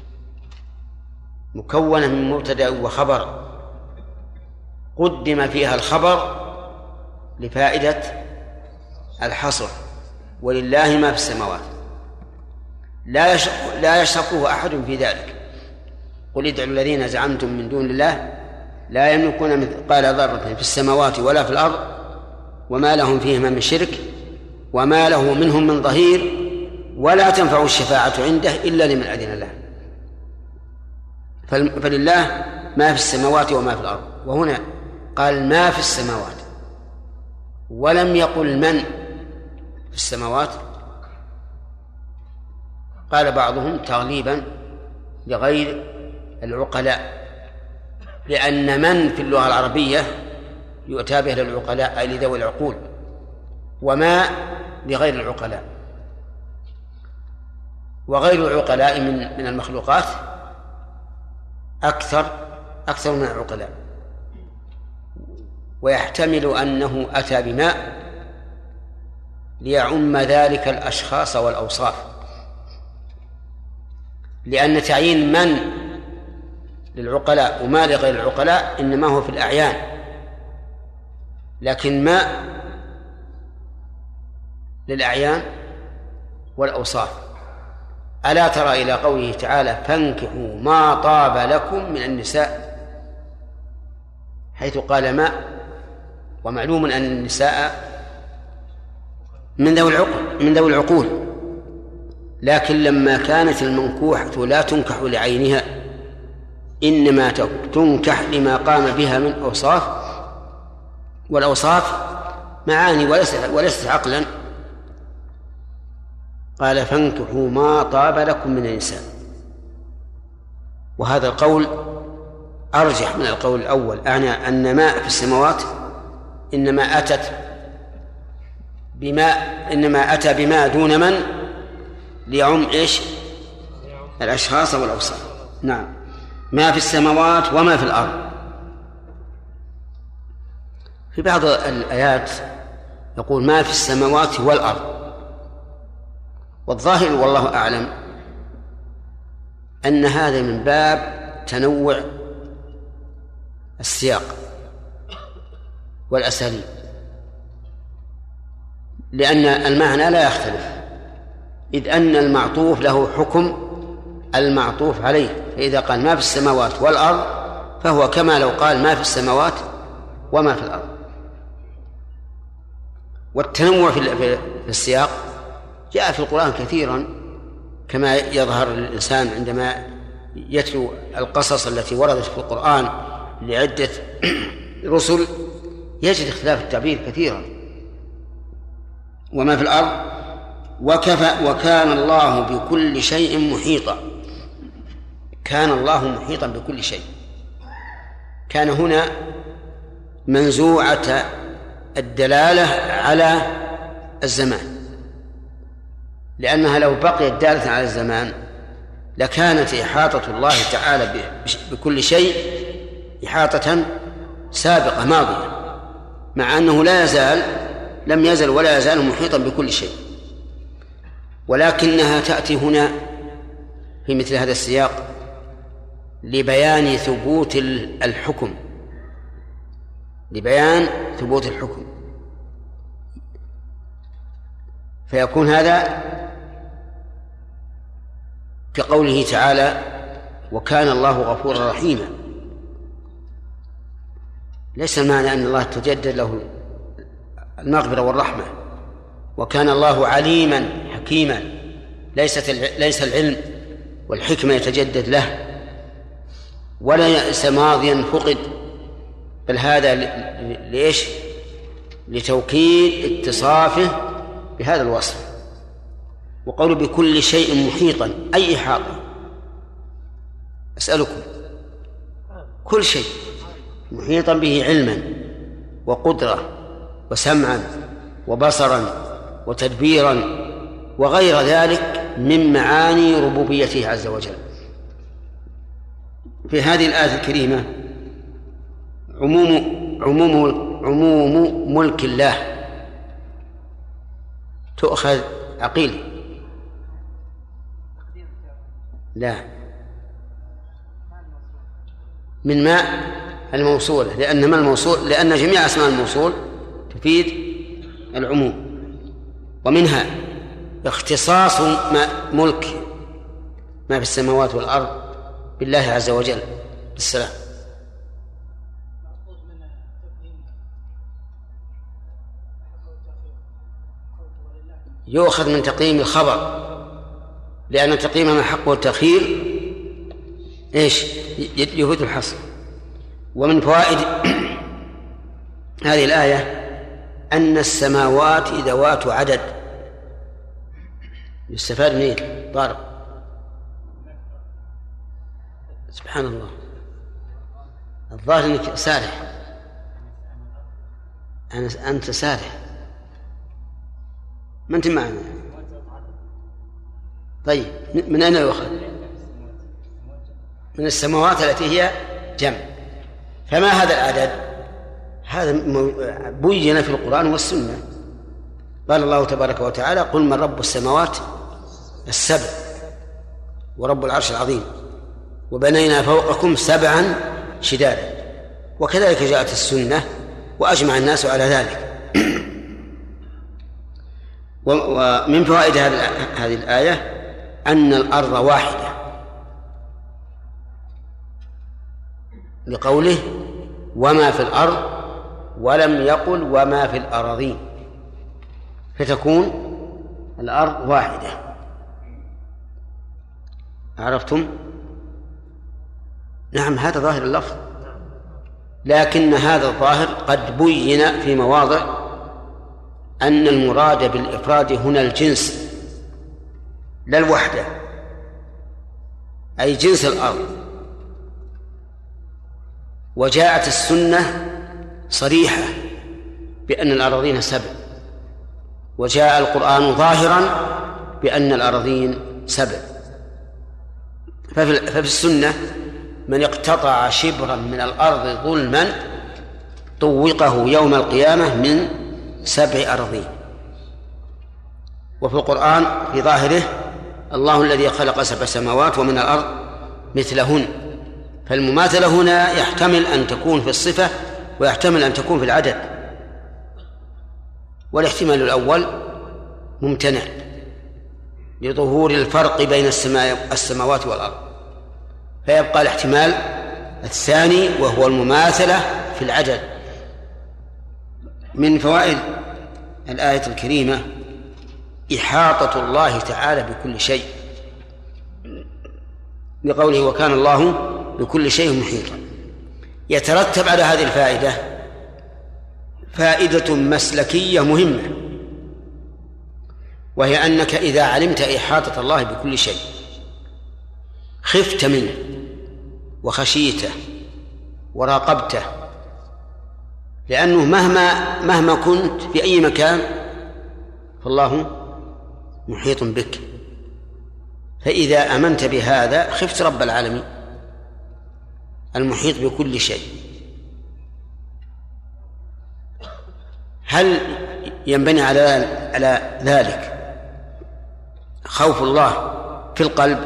مكونة من مبتدأ وخبر، قدم فيها الخبر لفائدة الحصر، ولله ما في السماوات، لا لا يشركه أحد في ذلك. قل ادعوا الذين زعمتم من دون الله لا يملكون مثقال ذرة في السماوات ولا في الأرض وما لهم فيهما من شرك وما له منهم من ظهير ولا تنفع الشفاعة عنده إلا لمن أذن له. فلله ما في السماوات وما في الأرض، وهنا قال ما في السماوات ولم يقل من في السماوات. قال بعضهم تغليبا لغير العقلاء، لأن من في اللغة العربية يؤتى به للعقلاء أي لذوي العقول، وما لغير العقلاء، وغير العقلاء من من المخلوقات أكثر أكثر من العقلاء. ويحتمل أنه أتى بماء ليعم ذلك الأشخاص والأوصاف، لأن تعيين من للعقلاء وما لغير العقلاء إنما هو في الأعيان، لكن ما للأعيان والأوصاف. ألا ترى إلى قوله تعالى فانكحوا ما طاب لكم من النساء، حيث قال ما، ومعلوم أن النساء من ذوي العقول من ذوي العقول لكن لما كانت المنكوحة لا تنكح لعينها إنما تنكح لما قام بها من أوصاف، والأوصاف معاني وليست وليست عقلا. قال فانكحوا ما طاب لكم من النساء، وهذا القول أرجح من القول الأول، أعني أن ما في السماوات إنما أتت بما إنما أتى بما دون من ليعم إيش الأشخاص والأوصاف. نعم، ما في السماوات وما في الأرض. في بعض الآيات يقول ما في السماوات والأرض، والظاهر والله أعلم أن هذا من باب تنوع السياق والأساليب، لأن المعنى لا يختلف، إذ أن المعطوف له حكم المعطوف عليه، فإذا قال ما في السماوات والأرض فهو كما لو قال ما في السماوات وما في الأرض. والتنوع في السياق جاء في القرآن كثيرا، كما يظهر للإنسان عندما يتلو القصص التي وردت في القرآن لعدة رسل يجد اختلاف التعبير كثيرا. وما في الأرض وكفى وكان الله بكل شيء محيطا. كان الله محيطا بكل شيء. كان هنا منزوعة الدلالة على الزمان، لأنها لو بقيت دالة على الزمان لكانت إحاطة الله تعالى بكل شيء إحاطة سابقة ماضية، مع أنه لا يزال لم يزل ولا يزال محيطا بكل شيء، ولكنها تأتي هنا في مثل هذا السياق لبيان ثبوت الحكم لبيان ثبوت الحكم فيكون هذا كقوله تعالى وكان الله غفورا رحيما. ليس المعنى أن الله تجدد له المغفرة والرحمة، وكان الله عليما حكيما، ليست ليس العلم والحكمة يتجدد له، ولا يأس ماضيا فقد، بل هذا ليش؟ لتوكيد اتصافه بهذا الوصف. وقوله بكل شيء محيطا أي إحاطة؟ أسألكم، كل شيء محيطا به علما وقدرة وسمعا وبصرا وتدبيرا وغير ذلك من معاني ربوبيته عز وجل. في هذه الآية الكريمة عموم عموم عموم ملك الله تؤخذ عقيل لا من ماء الموصولة، لأن ما الموصول لأن جميع أسماء الموصول تفيد العموم، ومنها اختصاص ما ملك ما في السماوات والأرض بالله عز وجل بالسلام. يؤخذ من تقييم الخبر، لأن تقييم ما حقه التأخير إيش؟ يفيد الحصر. ومن فوائد هذه الآية أن السماوات ذوات عدد. يستفاد منين طارق؟ سبحان الله، الظاهر أنك سارح. أنت سارح، ما أنت معنا. طيب من أين يؤخذ؟ من السماوات التي هي جمع. فما هذا العدد؟ هذا بين في القرآن والسنة. قال الله تبارك وتعالى: قل من رب السماوات السبع ورب العرش العظيم وبنينا فوقكم سبعا شدادا. وكذلك جاءت السنة وأجمع الناس على ذلك. ومن فوائد هذه الآية أن الأرض واحدة، لقوله وما في الأرض، ولم يقل وما في الأراضين، فتكون الأرض واحدة. عرفتم؟ نعم، هذا ظاهر اللفظ، لكن هذا الظاهر قد بين في مواضع أن المراد بالإفراد هنا الجنس لا الوحدة، أي جنس الأرض. وجاءت السنة صريحة بأن الأراضين سبع، وجاء القرآن ظاهرا بأن الأراضين سبع. ففي السنة من اقتطع شبرا من الأرض ظلما طوقه يوم القيامة من سبع أراضين. وفي القرآن في ظاهره الله الذي خلق سبع سماوات ومن الأرض مثلهن. فالمماثلة هنا يحتمل أن تكون في الصفة ويحتمل أن تكون في العدد، والاحتمال الأول ممتنع لظهور الفرق بين السماوات والأرض، فيبقى الاحتمال الثاني وهو المماثلة في العدد. من فوائد الآية الكريمة إحاطة الله تعالى بكل شيء، لقوله وكان الله بكل شيء محيطا. يترتب على هذه الفائدة فائدة مسلكية مهمة، وهي أنك إذا علمت إحاطة الله بكل شيء خفت منه وخشيته وراقبته، لأنه مهما مهما كنت في أي مكان فالله محيط بك. فإذا آمنت بهذا خفت رب العالمين المحيط بكل شيء. هل ينبني على على ذلك خوف الله في القلب؟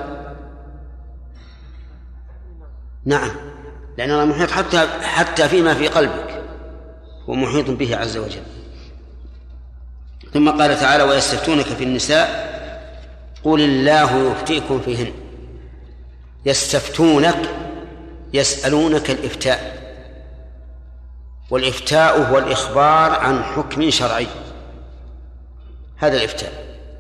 نعم، لأن الله محيط حتى حتى فيما في قلبك ومحيط به عز وجل. ثم قال تعالى ويستفتونك في النساء قل الله يفتيكم فيهن. يستفتونك يسألونك الإفتاء، والإفتاء هو الإخبار عن حكم شرعي، هذا الإفتاء،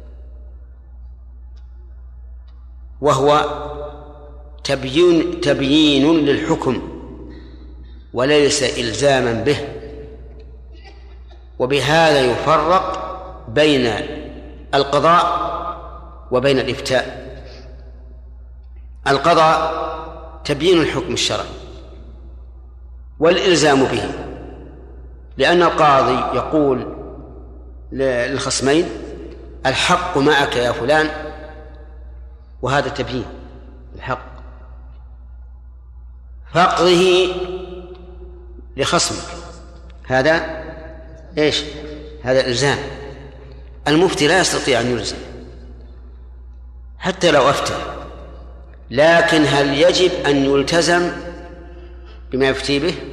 وهو تبيين تبيين للحكم وليس إلزاما به. وبهذا يفرق بين القضاء وبين الإفتاء. القضاء تبيين الحكم الشرعي والإلزام به، لأن القاضي يقول للخصمين الحق معك يا فلان، وهذا تبيين الحق، فاقضه لخصمك، هذا إيش؟ هذا إلزام. المفتي لا يستطيع أن يلزم حتى لو أفتى، لكن هل يجب أن يلتزم بما يفتي به؟